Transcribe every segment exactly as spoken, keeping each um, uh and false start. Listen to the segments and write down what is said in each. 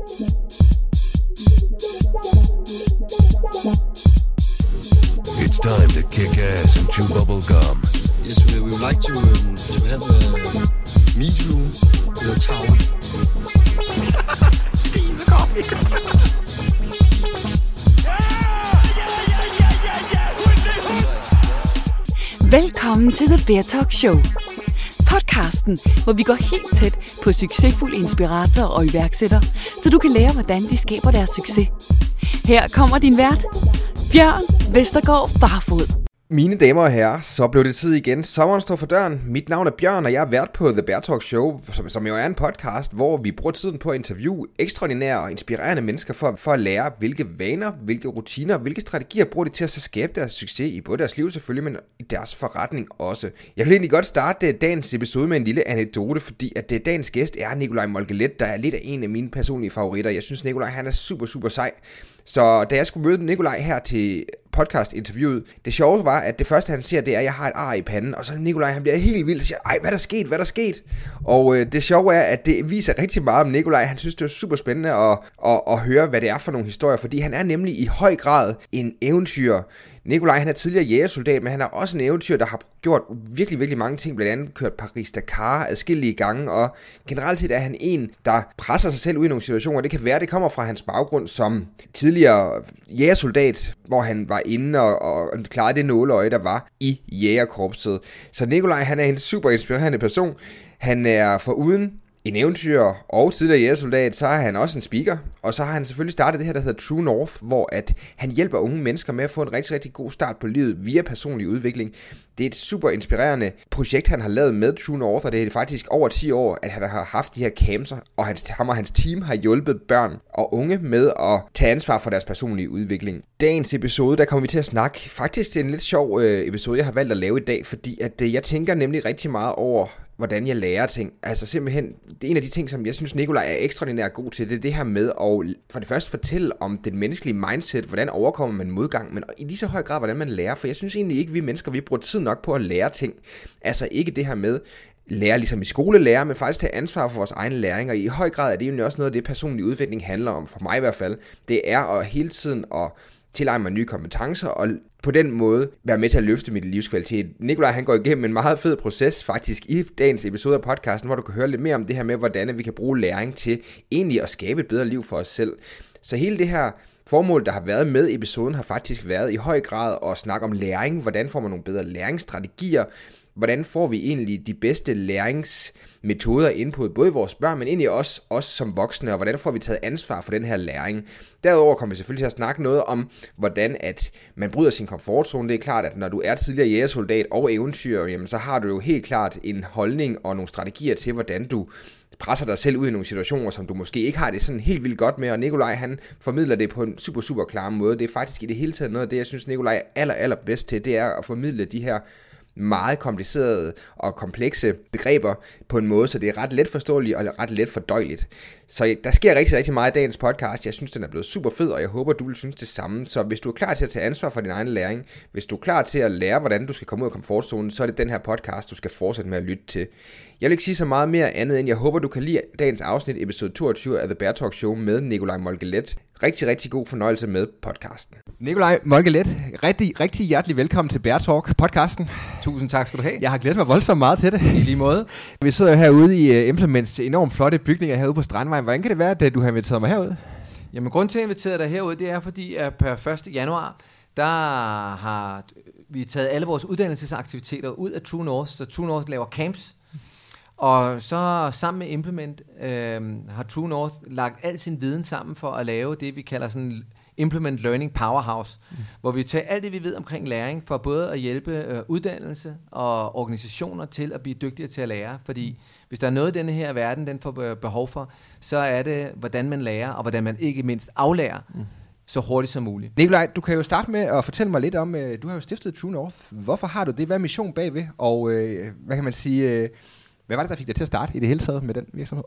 It's time to kick ass and chew bubble gum. Yes, we, we would like to, um, to have a meet room with a tower. Velkommen til The Bear Talk Show. Podcasten, hvor vi går helt tæt på succesfulde inspiratorer og iværksættere, så du kan lære, hvordan de skaber deres succes. Her kommer din vært, Bjørn Vestergaard Barfod. Mine damer og herrer, så blev det tid igen. Sommeren står for døren. Mit navn er Bjørn, og jeg er vært på The Bear Talk Show, som, som jo er en podcast, hvor vi bruger tiden på at interviewe ekstraordinære og inspirerende mennesker for, for at lære, hvilke vaner, hvilke rutiner, hvilke strategier bruger de til at så skabe deres succes i både deres liv selvfølgelig, men i deres forretning også. Jeg vil egentlig godt starte dagens episode med en lille anekdote, fordi at det, dagens gæst er Nikolaj Molgelet, der er lidt af en af mine personlige favoritter. Jeg synes, Nikolaj han er super, super sej. Så da jeg skulle møde Nikolaj her til podcast-interviewet, det sjove var, at det første han siger, det er, at jeg har et ar i panden, og så Nikolaj, han bliver helt vild og siger, ej, hvad er der sket, hvad er der sket? Og øh, det sjove er, at det viser rigtig meget om Nikolaj. Han synes, det er super spændende at, at, at høre, hvad det er for nogle historier, fordi han er nemlig i høj grad en eventyr. Nikolaj, han er tidligere jægersoldat, men han er også en eventyr, der har gjort virkelig, virkelig mange ting, blandt andet kørt Paris-Dakar adskillige gange, og generelt set er han en, der presser sig selv ud i nogle situationer. Det kan være, det kommer fra hans baggrund som tidligere jægersoldat, hvor han var inde og, og klarede det nåleøje, der var i jægerkorpset. Så Nikolaj, han er en super inspirerende person. Han er foruden en eventyr og tidligere jægersoldat, så er han også en speaker, og så har han selvfølgelig startet det her, der hedder True North, hvor at han hjælper unge mennesker med at få en rigtig, rigtig god start på livet via personlig udvikling. Det er et super inspirerende projekt, han har lavet med True North, og det er faktisk over ti år, at han har haft de her camps, og hans, ham og hans team har hjulpet børn og unge med at tage ansvar for deres personlige udvikling. Dagens episode, der kommer vi til at snakke, faktisk det er en lidt sjov øh, episode, jeg har valgt at lave i dag, fordi at øh, jeg tænker nemlig rigtig meget over, hvordan jeg lærer ting. Altså simpelthen, det er en af de ting, som jeg synes, Nikolaj er ekstraordinært god til, det er det her med at for det første fortælle om den menneskelige mindset, hvordan overkommer man modgang, men i lige så høj grad, hvordan man lærer, for jeg synes egentlig ikke, vi mennesker, vi bruger tid nok på at lære ting. Altså ikke det her med lære ligesom i skolelærer, men faktisk tage ansvar for vores egen læring, og i høj grad er det jo også noget af det, personlig udvikling handler om, for mig i hvert fald. Det er at hele tiden at tilegne mig nye kompetencer, og på den måde være med til at løfte mit livskvalitet. Nikolaj, han går igennem en meget fed proces faktisk i dagens episode af podcasten, hvor du kan høre lidt mere om det her med, hvordan vi kan bruge læring til egentlig at skabe et bedre liv for os selv. Så hele det her formål, der har været med episoden, har faktisk været i høj grad at snakke om læring. Hvordan får man nogle bedre læringsstrategier? Hvordan får vi egentlig de bedste læringsmetoder input, både i vores børn, men egentlig også os som voksne, og hvordan får vi taget ansvar for den her læring. Derudover kommer vi selvfølgelig til at snakke noget om, hvordan at man bryder sin komfortzone. Det er klart, at når du er tidligere jægersoldat og eventyr, jamen, så har du jo helt klart en holdning og nogle strategier til, hvordan du presser dig selv ud i nogle situationer, som du måske ikke har det sådan helt vildt godt med, og Nikolaj, han formidler det på en super, super klar måde. Det er faktisk i det hele taget noget af det, jeg synes, Nikolaj er aller, aller bedst til, det er at formidle de her meget komplicerede og komplekse begreber på en måde, så det er ret let forståeligt og ret let fordøjeligt. Så der sker rigtig, rigtig meget i dagens podcast. Jeg synes, den er blevet super fed, og jeg håber, du vil synes det samme. Så hvis du er klar til at tage ansvar for din egen læring, hvis du er klar til at lære, hvordan du skal komme ud af komfortzonen, så er det den her podcast, du skal fortsætte med at lytte til. Jeg vil ikke sige så meget mere andet, end jeg håber, du kan lide dagens afsnit, episode toogtyve af The Bear Talk Show med Nikolaj Molgelet. Rigtig, rigtig god fornøjelse med podcasten. Nikolaj Molgelet, rigtig, rigtig hjertelig velkommen til Bear Talk podcasten. Tusind tak skal du have. Jeg har glædet mig voldsomt meget til det. I lige måde. Vi sidder jo herude i uh, Implements enormt flotte bygninger herude på Strandvejen. Hvordan kan det være, at du har inviteret mig herud? Jamen, grunden til at invitere dig herud, det er fordi, at per første januar, der har vi taget alle vores uddannelsesaktiviteter ud af True North, så True North laver camps. Og så sammen med Implement øh, har True North lagt al sin viden sammen for at lave det, vi kalder sådan Implement Learning Powerhouse, mm. hvor vi tager alt det, vi ved omkring læring, for både at hjælpe øh, uddannelse og organisationer til at blive dygtigere til at lære. Fordi hvis der er noget, denne her verden den får behov for, så er det, hvordan man lærer, og hvordan man ikke mindst aflærer, mm. så hurtigt som muligt. Nikolaj, du kan jo starte med at fortælle mig lidt om, øh, du har jo stiftet True North. Hvorfor har du det? Hvad er mission bagved? Og øh, hvad kan man sige... Øh, Hvad var det, der fik dig til at starte i det hele taget med den virksomhed?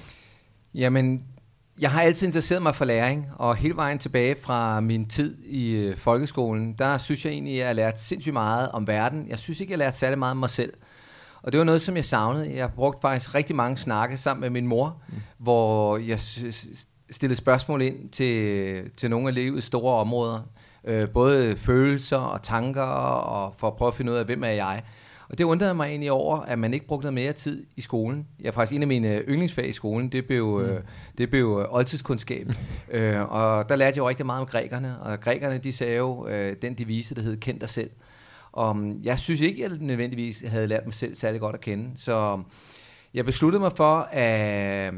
Jamen, jeg har altid interesseret mig for læring, og hele vejen tilbage fra min tid i øh, folkeskolen, der synes jeg egentlig, at jeg har lært sindssygt meget om verden. Jeg synes ikke, jeg har lært særlig meget om mig selv. Og det var noget, som jeg savnede. Jeg har brugt faktisk rigtig mange snakke sammen med min mor, mm. hvor jeg stillet spørgsmål ind til, til nogle af livets store områder. Øh, både følelser og tanker, og for at prøve at finde ud af, hvem er jeg. Og det undrede mig egentlig over, at man ikke brugte noget mere tid i skolen. Jeg er faktisk en af mine yndlingsfag i skolen, det blev, mm. øh, det blev oldtidskundskab. øh, og der lærte jeg jo rigtig meget om grækerne, og grækerne, de sagde jo øh, den devise, der hed kend dig selv. Og jeg synes ikke, at jeg nødvendigvis havde lært mig selv særlig godt at kende. Så jeg besluttede mig for at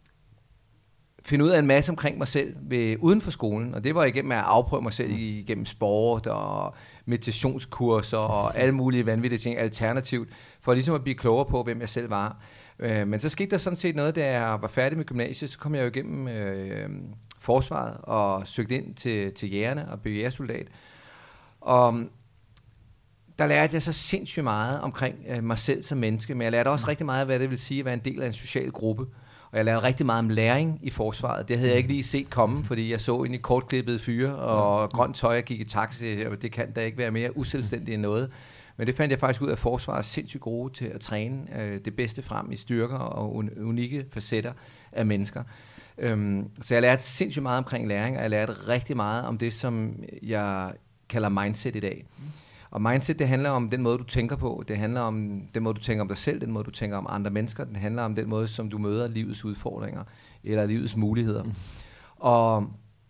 finde ud af en masse omkring mig selv ved, uden for skolen. Og det var igennem at afprøve mig selv igennem sport og meditationskurser og alle mulige vanvittige ting alternativt, for ligesom at blive klogere på, hvem jeg selv var. Men så skete der sådan set noget, da jeg var færdig med gymnasiet, så kom jeg jo igennem øh, forsvaret og søgte ind til, til jægerne og blev jægersoldat. Og der lærte jeg så sindssygt meget omkring øh, mig selv som menneske, men jeg lærte også rigtig meget, hvad det vil sige at være en del af en social gruppe. Og jeg lærte rigtig meget om læring i forsvaret. Det havde jeg ikke lige set komme, fordi jeg så ind i kortklippede fyre og grønt tøj, jeg gik i taxi, og det kan da ikke være mere uselvstændigt end noget. Men det fandt jeg faktisk ud af, at forsvaret er sindssygt gode til at træne øh, det bedste frem i styrker og un- unikke facetter af mennesker. Øhm, så jeg lærte sindssygt meget omkring læring, og jeg lærte rigtig meget om det, som jeg kalder mindset i dag. Og mindset, det handler om den måde, du tænker på. Det handler om den måde, du tænker om dig selv, den måde, du tænker om andre mennesker. Det handler om den måde, som du møder livets udfordringer, eller livets muligheder. Mm. Og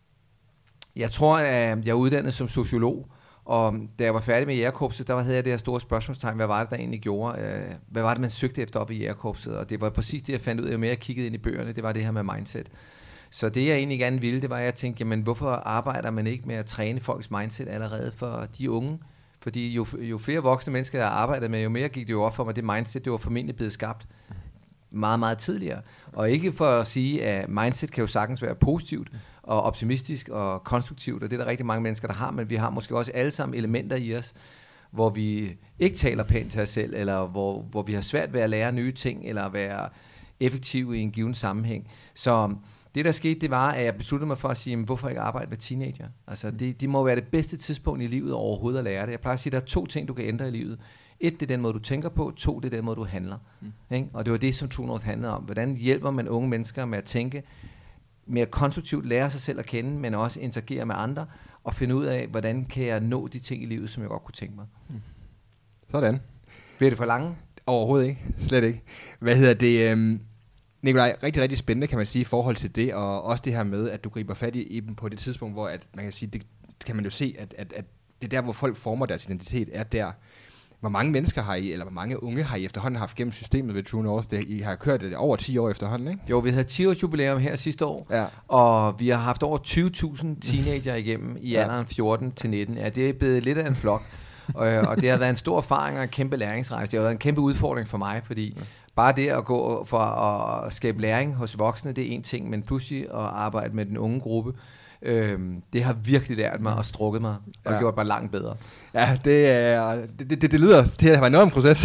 jeg tror, at jeg er uddannet som sociolog, og da jeg var færdig med jægerkorpset, der havde jeg det her store spørgsmålstegn, hvad var det, der egentlig gjorde? Hvad var det, man søgte efter op i jægerkorpset? Og det var præcis det, jeg fandt ud af, jo mere jeg kiggede ind i bøgerne, det var det her med mindset. Så det, jeg egentlig gerne ville, det var, at jeg tænkte, jamen, hvorfor arbejder man ikke med at træne folks mindset allerede for de unge? Fordi jo, jo flere voksne mennesker, jeg arbejdede med, jo mere gik det jo op for mig, det mindset, det var formentlig blevet skabt meget, meget tidligere. Og ikke for at sige, at mindset kan jo sagtens være positivt og optimistisk og konstruktivt, og det er der rigtig mange mennesker, der har, men vi har måske også alle sammen elementer i os, hvor vi ikke taler pænt til os selv, eller hvor, hvor vi har svært ved at lære nye ting, eller være effektive i en given sammenhæng. Så det, der skete, det var, at jeg besluttede mig for at sige, jamen, hvorfor ikke arbejde med teenager? Altså, det, det må være det bedste tidspunkt i livet overhovedet at lære det. Jeg plejer at sige, at der er to ting, du kan ændre i livet. Et, det er den måde, du tænker på. To, det er den måde, du handler. Mm. Ikke? Og det var det, som True North handlede om. Hvordan hjælper man unge mennesker med at tænke mere konstruktivt, lære sig selv at kende, men også interagere med andre, og finde ud af, hvordan kan jeg nå de ting i livet, som jeg godt kunne tænke mig. Mm. Sådan. Bliver det for lange? Overhovedet ikke. Slet ikke. Hvad hedder det? Øhm Nikolaj, rigtig, rigtig spændende, kan man sige, i forhold til det, og også det her med, at du griber fat i, i dem på det tidspunkt, hvor at, man kan sige, det kan man jo se, at, at, at det er der, hvor folk former deres identitet, er der. Hvor mange mennesker har I, eller hvor mange unge har I efterhånden haft gennem systemet ved True North? Det, I har kørt det over ti år efterhånden, ikke? Jo, vi havde ti års jubilæum her sidste år, ja. Og vi har haft over tyve tusind teenager igennem i ja. alderen fjorten til nitten. Ja, det er blevet lidt af en flok, og, og det har været en stor erfaring og en kæmpe læringsrejse. Det har været en kæmpe udfordring for mig, fordi ja. bare det at gå for at skabe læring hos voksne, det er en ting, men pludselig at arbejde med den unge gruppe, øhm, det har virkelig lært mig og strukket mig og ja. gjort mig langt bedre. Ja, det, er, det, det, det lyder til at have været en enorm proces.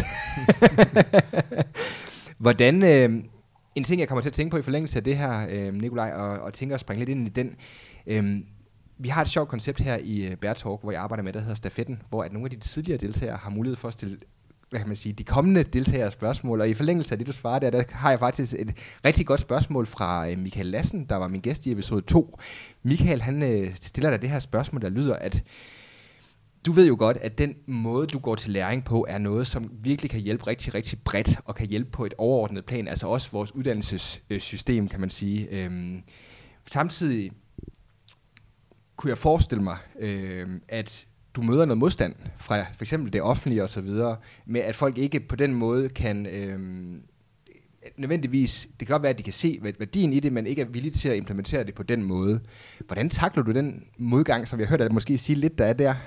Hvordan, øh, en ting jeg kommer til at tænke på i forlængelse af det her, øh, Nikolaj, og, og tænker at springe lidt ind i den, øh, vi har et sjovt koncept her i uh, Bear Talk, hvor jeg arbejder med, der hedder Stafetten, hvor at nogle af de tidligere deltagere har mulighed for at stille, hvad kan man sige, de kommende deltagers spørgsmål, og i forlængelse af det, du svarer der, der har jeg faktisk et rigtig godt spørgsmål fra uh, Michael Lassen, der var min gæst i episode to. Michael, han uh, stiller dig det her spørgsmål, der lyder, at du ved jo godt, at den måde, du går til læring på, er noget, som virkelig kan hjælpe rigtig, rigtig bredt, og kan hjælpe på et overordnet plan, altså også vores uddannelsessystem, kan man sige. Øhm, samtidig kunne jeg forestille mig, øh, at du møder noget modstand fra for eksempel det offentlige og så videre, med at folk ikke på den måde kan øh, nødvendigvis, det kan godt være, at de kan se værdien i det, men ikke er villige til at implementere det på den måde. Hvordan takler du den modgang, som jeg hørte dig måske sige lidt, der er der?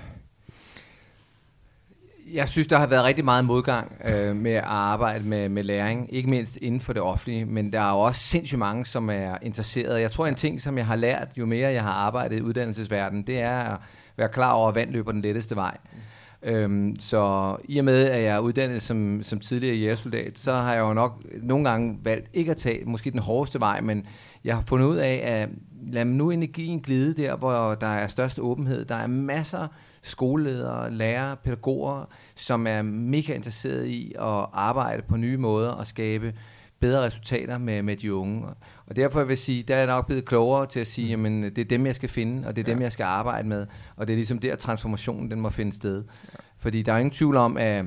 Jeg synes, der har været rigtig meget modgang øh, med at arbejde med, med læring, ikke mindst inden for det offentlige, men der er jo også sindssygt mange, som er interesserede. Jeg tror, en ting, som jeg har lært, jo mere jeg har arbejdet i uddannelsesverdenen, det er at være klar over, at vand løber den letteste vej. Mm. Øhm, så i og med, at jeg er uddannet som, som tidligere jægersoldat, så har jeg jo nok nogle gange valgt ikke at tage måske den hårdeste vej, men jeg har fundet ud af, at lad mig nu energien glide der, hvor der er størst åbenhed. Der er masser skoleledere, lærere, pædagoger, som er mega interesserede i at arbejde på nye måder og skabe bedre resultater med, med de unge. Og derfor vil jeg sige, der er jeg nok blevet klogere til at sige, jamen det er dem, jeg skal finde, og det er dem, Ja. jeg skal arbejde med. Og det er ligesom der, transformationen den må finde sted. Ja. Fordi der er ingen tvivl om, at,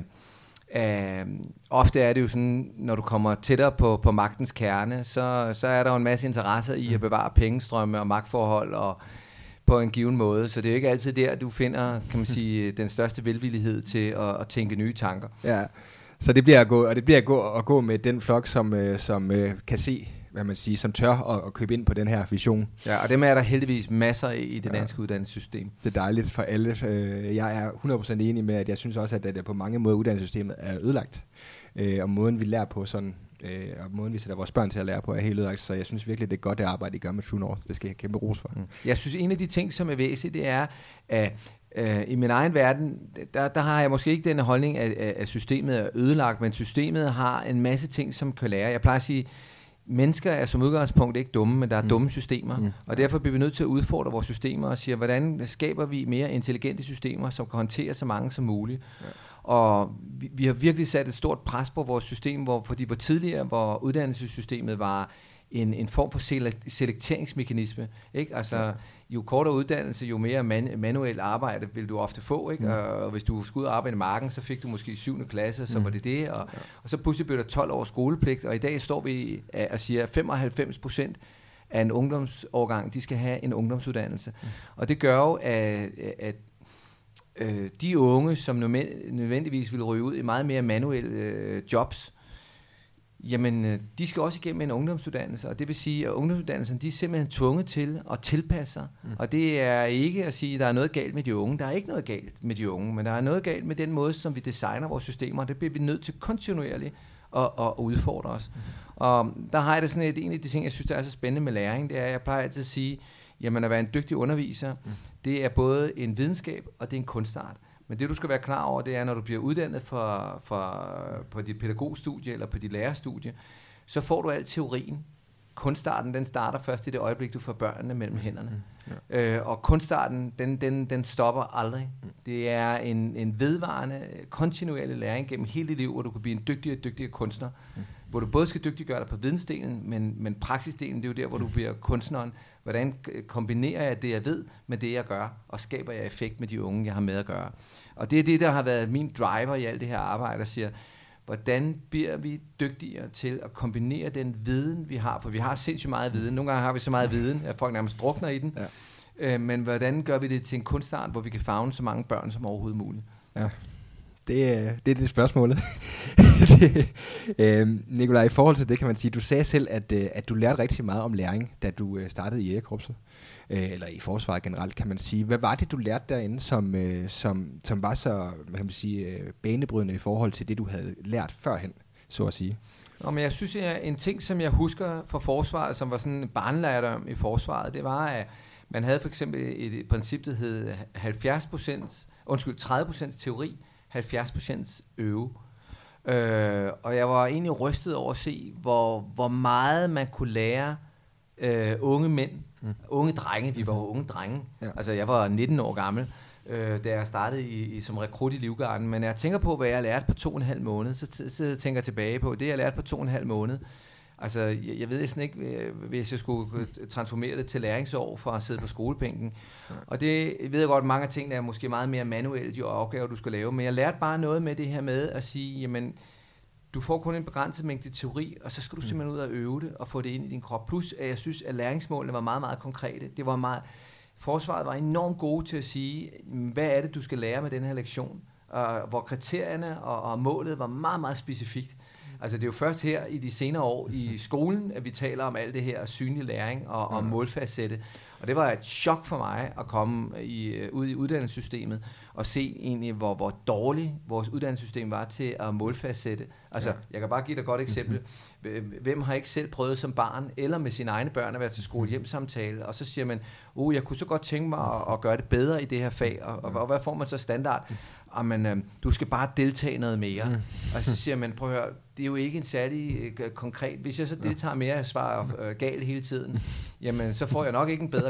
at ofte er det jo sådan, når du kommer tættere på, på magtens kerne, så, så er der jo en masse interesser i at bevare pengestrømme og magtforhold og på en given måde. Så det er jo ikke altid der, du finder, kan man sige, den største velvillighed til at, at tænke nye tanker. Ja, så det bliver at gå, og det bliver at gå, at gå med den flok, som, øh, som øh, kan se, hvad man siger, som tør at, at købe ind på den her vision. Ja, og dem er der heldigvis masser af i det Ja. danske uddannelsessystem. Det er dejligt for alle. Øh, Jeg er hundrede procent enig med, at jeg synes også, at det på mange måder uddannelsessystemet er ødelagt. Øh, Og måden vi lærer på sådan, øh, og måden vi sætter vores børn til at lære på er helt ødelagt. Så jeg synes virkelig, det er godt det arbejde, I gør med True North. Det skal jeg have kæmpe ros for. Mm. Jeg synes, en af de ting, som er væsentligt, det er, at øh, i min egen verden, der, der har jeg måske ikke den holdning, at, at systemet er ødelagt, men systemet har en masse ting, som kan lære. Jeg plejer at sige, mennesker er som udgangspunkt ikke dumme, men der er mm. dumme systemer, mm. og derfor bliver vi nødt til at udfordre vores systemer og sige, hvordan skaber vi mere intelligente systemer, som kan håndtere så mange som muligt. Ja. Og vi, vi har virkelig sat et stort pres på vores system, hvor, fordi hvor tidligere, hvor uddannelsessystemet var en, en form for selek- selekteringsmekanisme, ikke? Altså, ja. Jo kortere uddannelse, jo mere man, manuelt arbejde vil du ofte få, ikke? Mm. Og, og hvis du skulle ud og arbejde i marken, så fik du måske syvende klasse, så mm. var det det, og, ja. og så pludselig blev der tolv års skolepligt, og i dag står vi og siger, at femoghalvfems procent af en ungdomsårgang, de skal have en ungdomsuddannelse. Mm. Og det gør jo, at, at øh, de unge, som nødvendigvis vil ryge ud i meget mere manuelle øh, jobs, jamen, de skal også igennem en ungdomsuddannelse, og det vil sige, at ungdomsuddannelsen, de er simpelthen tvunget til at tilpasse sig, mm. og det er ikke at sige, at der er noget galt med de unge. Der er ikke noget galt med de unge, men der er noget galt med den måde, som vi designer vores systemer, og det bliver vi nødt til kontinuerligt at, at udfordre os. Mm. Og der har jeg det sådan et, en af de ting, jeg synes, der er så spændende med læring, det er, jeg plejer altid at sige, jamen at være en dygtig underviser, mm. det er både en videnskab, og det er en kunstart. Men det, du skal være klar over, det er, når du bliver uddannet for, for, på dit pædagogstudie eller på dit lærerstudie, så får du al teorien. Kunstarten, den starter først i det øjeblik, du får børnene mellem hænderne. Mm, ja. øh, og kunstarten, den, den, den stopper aldrig. Mm. Det er en, en vedvarende, kontinuerlig læring gennem hele dit liv, hvor du kan blive en dygtigere og dygtigere kunstner. Mm. Hvor du både skal dygtiggøre dig på vidensdelen, men, men praksisdelen, det er jo der, hvor du bliver kunstneren. Hvordan kombinerer jeg det, jeg ved, med det, jeg gør, og skaber jeg effekt med de unge, jeg har med at gøre. Og det er det, der har været min driver i alt det her arbejde, der siger, hvordan bliver vi dygtigere til at kombinere den viden, vi har? For vi har sindssygt meget viden. Nogle gange har vi så meget viden, at folk nærmest drukner i den. Ja. Øh, men hvordan gør vi det til en kunstart, hvor vi kan favne så mange børn som overhovedet muligt? Ja. Det, det er det spørgsmålet. det, øh, Nikolaj, i forhold til det kan man sige, du sagde selv, at, at du lærte rigtig meget om læring, da du startede i jægerkorpset, øh, eller i forsvaret generelt, kan man sige. Hvad var det, du lærte derinde, som, øh, som, som var så, hvad kan man sige, øh, banebrydende i forhold til det, du havde lært førhen, så at sige? Nå, men jeg synes, at en ting, som jeg husker fra forsvaret, som var sådan en barnelærdom i forsvaret, det var, at man havde for eksempel et, et princip, der hed halvfjerds procent, undskyld, tredive procent teori, halvfjerds procent øve. Øh, og jeg var egentlig rystet over at se, hvor, hvor meget man kunne lære øh, unge mænd, mm. unge drenge, vi var jo unge drenge. Ja. Altså jeg var nitten år gammel, øh, da jeg startede i, i, som rekrut i Livgarden. Men når jeg tænker på, hvad jeg lærte på to og en halv måned, så, t- så tænker jeg tilbage på det, jeg lærte på to og en halv måned. Altså, jeg, jeg ved sådan ikke, hvis jeg skulle transformere det til læringsår for at sidde på skolebænken. Ja. Og det ved jeg godt, mange af tingene er måske meget mere manuelt, jo opgaver, du skal lave. Men jeg lærte bare noget med det her med at sige, jamen, du får kun en begrænset mængde teori, og så skal du simpelthen ud og øve det og få det ind i din krop. Plus, at jeg synes, at læringsmålene var meget, meget konkrete. Det var meget, forsvaret var enormt gode til at sige, hvad er det, du skal lære med den her lektion? Og hvor kriterierne og, og målet var meget, meget specifikt. Altså det er jo først her i de senere år i skolen, at vi taler om alt det her synlig læring og, og målfastsætte. Og det var et chok for mig at komme i, ud i uddannelsessystemet og se egentlig, hvor, hvor dårligt vores uddannelsessystem var til at målfastsætte. Altså, ja. Jeg kan bare give dig et godt eksempel. Hvem har ikke selv prøvet som barn eller med sine egne børn at være til skole-hjem-samtale, og så siger man, oh, jeg kunne så godt tænke mig at, at gøre det bedre i det her fag, og, og, og hvad får man så standard? Jamen, øh, du skal bare deltage noget mere. Mm. Og så siger man, prøv at høre, det er jo ikke en særlig øh, konkret. Hvis jeg så deltager mere og svarer øh, galt hele tiden, jamen så får jeg nok ikke en bedre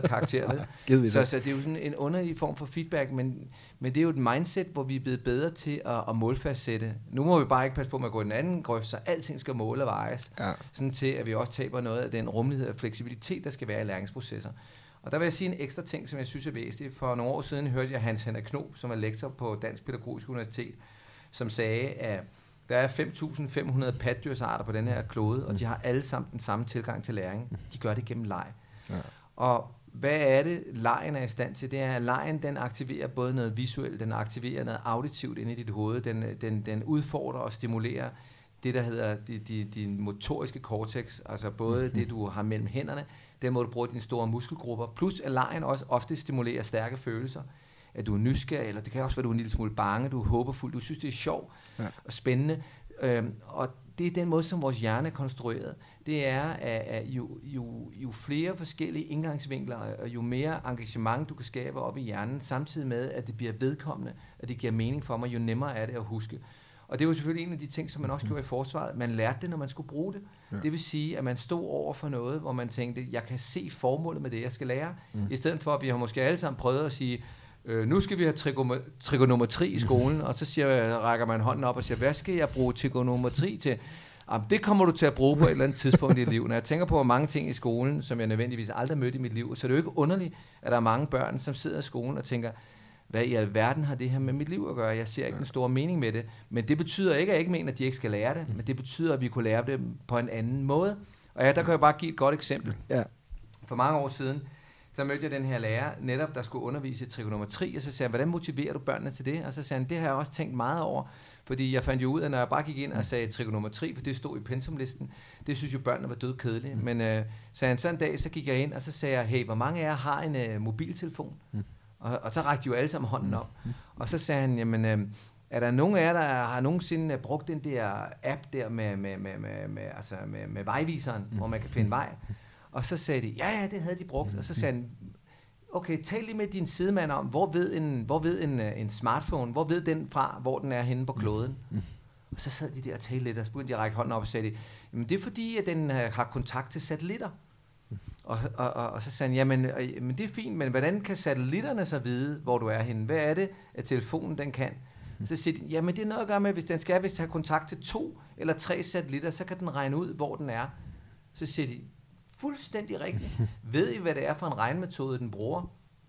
ændret karakter. så, så det er jo sådan en underlig form for feedback, men, men det er jo et mindset, hvor vi er blevet bedre til at, at målfastsætte. Nu må vi bare ikke passe på med at gå i den anden grøft, så alting skal måle og vejes, ja. Sådan til at vi også taber noget af den rummelighed og fleksibilitet, der skal være i læringsprocesser. Og der vil jeg sige en ekstra ting, som jeg synes er væsentlig. For nogle år siden hørte jeg Hans Henrik Knob, som er lektor på Dansk Pædagogisk Universitet, som sagde, at der er fem tusind fem hundrede patdyrsarter på den her klode, og de har alle sammen den samme tilgang til læring. De gør det gennem leg. Ja. Og hvad er det, legen er i stand til? Det er, at legen, den aktiverer både noget visuelt, den aktiverer noget auditivt inde i dit hoved, den, den, den udfordrer og stimulerer det, der hedder de, de, din motoriske cortex, altså både det, du har mellem hænderne, der må du bruge dine store muskelgrupper, plus at legen også ofte stimulerer stærke følelser, at du er nysgerrig, eller det kan også være, at du er en lille smule bange, du er håbefuld, du synes, det er sjovt ja. Og spændende, øhm, og det er den måde, som vores hjerne er konstrueret. Det er, at, at jo, jo, jo flere forskellige indgangsvinkler, og jo mere engagement, du kan skabe op i hjernen, samtidig med, at det bliver vedkommende, at det giver mening for mig, jo nemmere er det at huske. Og det var selvfølgelig en af de ting, som man også gjorde i forsvaret. Man lærte det, når man skulle bruge det. Ja. Det vil sige, at man stod over for noget, hvor man tænkte, jeg kan se formålet med det, jeg skal lære. Mm. I stedet for, at vi har måske alle sammen prøvet at sige, øh, nu skal vi have trigonometri, trigonometri i skolen, og så siger, rækker man hånden op og siger, hvad skal jeg bruge trigonometri til? Jamen, det kommer du til at bruge på et eller andet tidspunkt i dit liv. Når jeg tænker på mange ting i skolen, som jeg nødvendigvis aldrig mødte i mit liv, så er det jo ikke underligt, at der er mange børn, som sidder i skolen og tænker, hvad i alverden har det her med mit liv at gøre? Jeg ser ikke ja. En stor mening med det. Men det betyder ikke, at jeg ikke mener, at de ikke skal lære det, men det betyder, at vi kunne lære det på en anden måde. Og ja, der kan jeg bare give et godt eksempel. Ja. For mange år siden, så mødte jeg den her lærer, netop der skulle undervise i trigonometri, og så sagde jeg, hvordan motiverer du børnene til det? Og så sagde han, det har jeg også tænkt meget over, fordi jeg fandt jo ud af, når jeg bare gik ind og sagde trigonometri, for det stod i pensumlisten, det synes jo børnene var død kedelige. Men øh, sagde han, så en dag, så gik jeg ind, og så sagde jeg, hey, hvor mange af jer har en øh, mobiltelefon? Mm. Og, og så rakte de jo alle sammen hånden op. Mm. Og så sagde han, jamen, øh, er der nogen af jer, der har nogensinde brugt den der app der med, med, med, med, med, altså med, med vejviseren, mm. hvor man kan finde vej? Og så sagde de, ja, ja, det havde de brugt. Og så sagde han, okay, tal lige med din sidemand om, hvor ved en, hvor ved en, en smartphone, hvor ved den fra, hvor den er henne på kloden? Mm. Og så sad de der og talte lidt, og så begyndte de at række hånden op og sagde, de, jamen det er fordi, at den uh, har kontakt til satellitter. Og, og, og, og så sagde han, jamen øh, men det er fint, men hvordan kan satellitterne så vide, hvor du er henne? Hvad er det, at telefonen den kan? Så siger de, jamen det er noget at gøre med, hvis den skal hvis have kontakt til to eller tre satellitter, så kan den regne ud, hvor den er. Så siger de, fuldstændig rigtigt. Ved I, hvad det er for en regnemetode, den bruger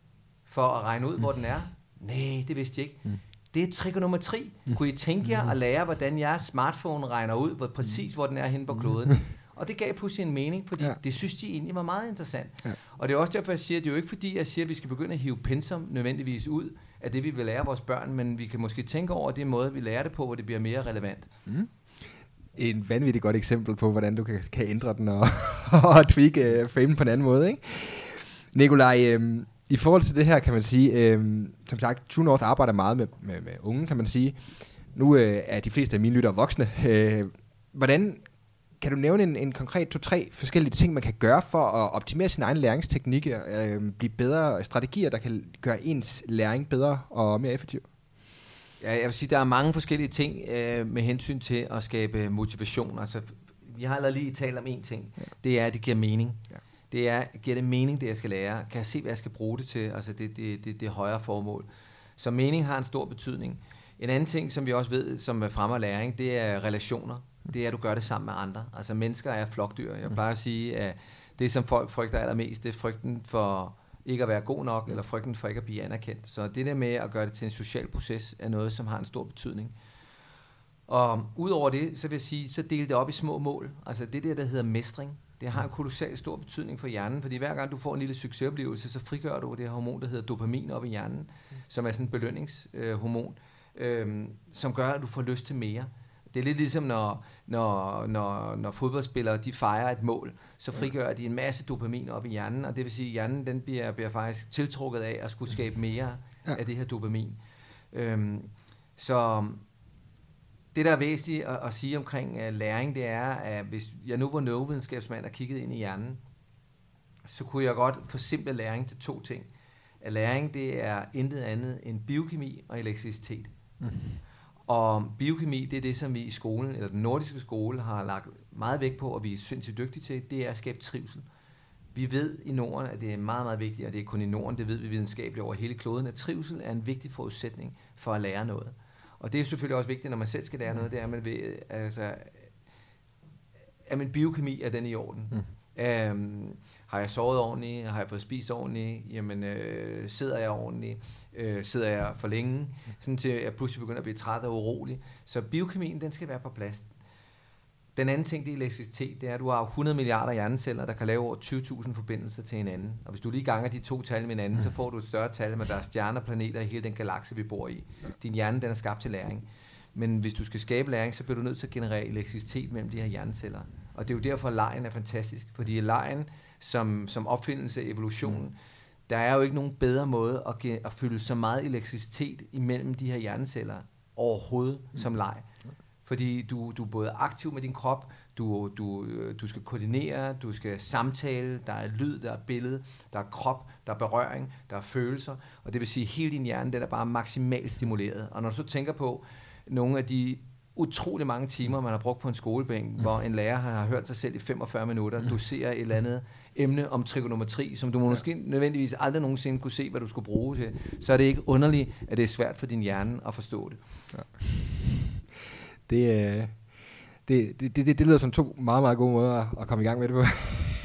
for at regne ud, hvor den er? Nej, det vidste jeg ikke. Det er trigonometri. Kunne I tænke jer at lære, hvordan jeres smartphone regner ud, hvor præcis hvor den er henne på kloden? Og det gav pludselig en mening, fordi ja. Det synes de egentlig var meget interessant. Ja. Og det er også derfor, jeg siger, at det er jo ikke fordi, jeg siger, at vi skal begynde at hive pensum nødvendigvis ud af det, vi vil lære vores børn, men vi kan måske tænke over det måde, vi lærer det på, hvor det bliver mere relevant. Mm. En vanvittigt godt eksempel på, hvordan du kan, kan ændre den og, og tweake uh, framen på en anden måde, ikke? Nikolaj, øhm, i forhold til det her, kan man sige, øhm, som sagt, True North arbejder meget med, med, med unge, kan man sige. Nu øh, er de fleste af mine lyttere voksne. Øh, hvordan kan du nævne en, en konkret to-tre forskellige ting, man kan gøre for at optimere sin egen læringsteknik, øh, blive bedre strategier, der kan gøre ens læring bedre og mere effektiv? Ja, jeg vil sige, der er mange forskellige ting øh, med hensyn til at skabe motivation. Altså, vi har allerede lige talt om én ting. Ja. Det er, at det giver mening. Ja. Det er, giver det mening, det jeg skal lære? Kan jeg se, hvad jeg skal bruge det til? Altså, det, det, det, det højere formål. Så mening har en stor betydning. En anden ting, som vi også ved, som fremmer læring, det er relationer. Det er, at du gør det sammen med andre. Altså, mennesker er flokdyr. Jeg plejer at sige, at det, som folk frygter allermest, det er frygten for ikke at være god nok, eller frygten for ikke at blive anerkendt. Så det der med at gøre det til en social proces, er noget, som har en stor betydning. Og udover det, så vil jeg sige, så del det op i små mål. Altså det der, der hedder mestring, det har en kolossal stor betydning for hjernen, fordi hver gang du får en lille succesoplevelse, så frigør du det her hormon, der hedder dopamin op i hjernen, mm. som er sådan en belønningshormon, øh, som gør, at du får lyst til mere. Det er lidt ligesom, når, når, når, når fodboldspillere de fejrer et mål, så frigør de en masse dopamin op i hjernen, og det vil sige, at hjernen den bliver, bliver faktisk tiltrukket af at skulle skabe mere ja. Af det her dopamin. Øhm, så det, der er væsentligt at, at sige omkring uh, læring, det er, at hvis jeg nu var neurovidenskabsmand og kiggede ind i hjernen, så kunne jeg godt forsimple læring til to ting. At læring, det er intet andet end biokemi og elektricitet. Mm. Og biokemi, det er det, som vi i skolen, eller den nordiske skole, har lagt meget vægt på, og vi er sindssygt dygtige til, det er at skabe trivsel. Vi ved i Norden, at det er meget, meget vigtigt, og det er kun i Norden, det ved vi videnskabeligt over hele kloden, at trivsel er en vigtig forudsætning for at lære noget. Og det er selvfølgelig også vigtigt, når man selv skal lære noget, det er, at man ved, altså, at min biokemi er den i orden. Mm. Øhm, har jeg sovet ordentligt? Har jeg fået spist ordentligt? Jamen, øh, sidder jeg ordentligt? Øh, sidder jeg for længe? Sådan til jeg pludselig begynder at blive træt og urolig. Så biokemien, den skal være på plads. Den anden ting, det er elektricitet, det er, at du har hundrede milliarder hjerneceller, der kan lave over tyve tusind forbindelser til hinanden. Og hvis du lige ganger de to tal med hinanden, så får du et større tal, men der er stjerner og planeter i hele den galakse, vi bor i. Din hjerne, den er skabt til læring. Men hvis du skal skabe læring, så bliver du nødt til at generere elektricitet mellem de her hjerneceller. Og det er jo derfor, at legen er fantastisk. Fordi legen som, som opfindelse af evolutionen, mm. der er jo ikke nogen bedre måde at, ge- at fylde så meget elektricitet imellem de her hjerneceller overhovedet mm. som leg. Fordi du, du er både aktiv med din krop, du, du, du skal koordinere, du skal samtale, der er lyd, der er billede, der er krop, der er berøring, der er følelser. Og det vil sige, at hele din hjerne, den er bare maksimalt stimuleret. Og når du så tænker på nogle af de utrolig mange timer, man har brugt på en skolebænk, mm. hvor en lærer har hørt sig selv i femogfyrre minutter, du ser et eller andet emne om trigonometri, som du måske nødvendigvis aldrig nogensinde kunne se, hvad du skulle bruge til, så er det ikke underligt, at det er svært for din hjerne at forstå det. Ja. Det, øh, det, det, det, det lyder som to meget, meget gode måder at komme i gang med det på.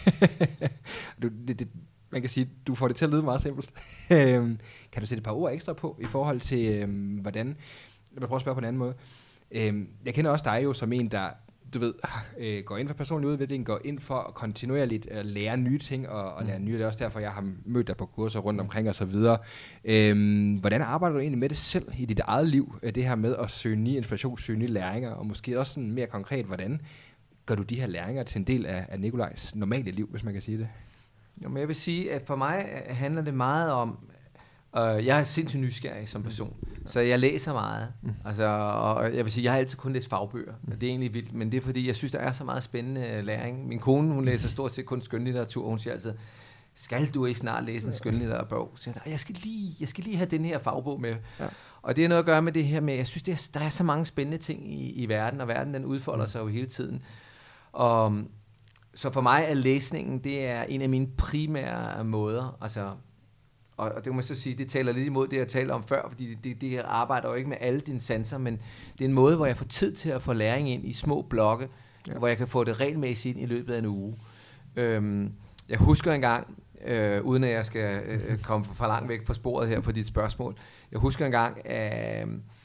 du, det, det, man kan sige, du får det til at lyde meget simpelt. kan du sætte et par ord ekstra på i forhold til, øh, hvordan... Jeg vil prøve at spørge på en anden måde. Øh, jeg kender også dig jo som en, der du ved, øh, går ind for personlig udvikling, går ind for at kontinuerligt at lære nye ting og, og lære nye. Det er også derfor, jeg har mødt dig på kurser rundt omkring og så videre. Øhm, hvordan arbejder du egentlig med det selv i dit eget liv? Det her med at søge nye inspiration, søge nye læringer, og måske også sådan mere konkret, hvordan gør du de her læringer til en del af, af Nikolajs normale liv, hvis man kan sige det? Jo, men jeg vil sige, at for mig handler det meget om, Uh, jeg er sindssygt nysgerrig som person, mm. så jeg læser meget. Mm. Altså, og jeg vil sige, jeg har altid kun læst fagbøger. Mm. Det er egentlig vildt, men det er fordi, jeg synes, der er så meget spændende læring. Min kone, hun læser stort set kun skønlitteratur, og hun siger altid, skal du ikke snart læse en skønlitterær bog? Så jeg, jeg, skal lige, jeg skal lige have den her fagbog med. Ja. Og det er noget at gøre med det her med, jeg synes, det er, der er så mange spændende ting i, i verden, og verden den udfolder mm. sig jo hele tiden. Og, så for mig er læsningen, det er en af mine primære måder, altså... Og det må man så sige, det taler lidt imod det, jeg talte om før, fordi det, det, det arbejder jo ikke med alle dine sanser, men det er en måde, hvor jeg får tid til at få læring ind i små blokke, ja. Hvor jeg kan få det regelmæssigt ind i løbet af en uge. Øhm, jeg husker engang, øh, uden at jeg skal øh, komme for langt væk fra sporet her på dit spørgsmål, jeg husker engang, at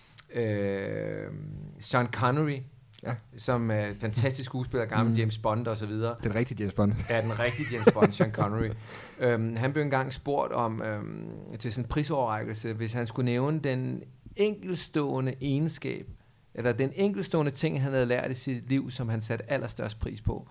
øh, Sean Connery, ja. Som er uh, fantastisk skuespiller, gammel mm. James Bond og så videre. Den rigtige James Bond. Ja, den rigtige James Bond, Sean Connery. Um, han blev engang spurgt om, um, til sådan en prisoverrækkelse, hvis han skulle nævne den enkeltstående egenskab, eller den enkeltstående ting, han havde lært i sit liv, som han satte allerstørst pris på.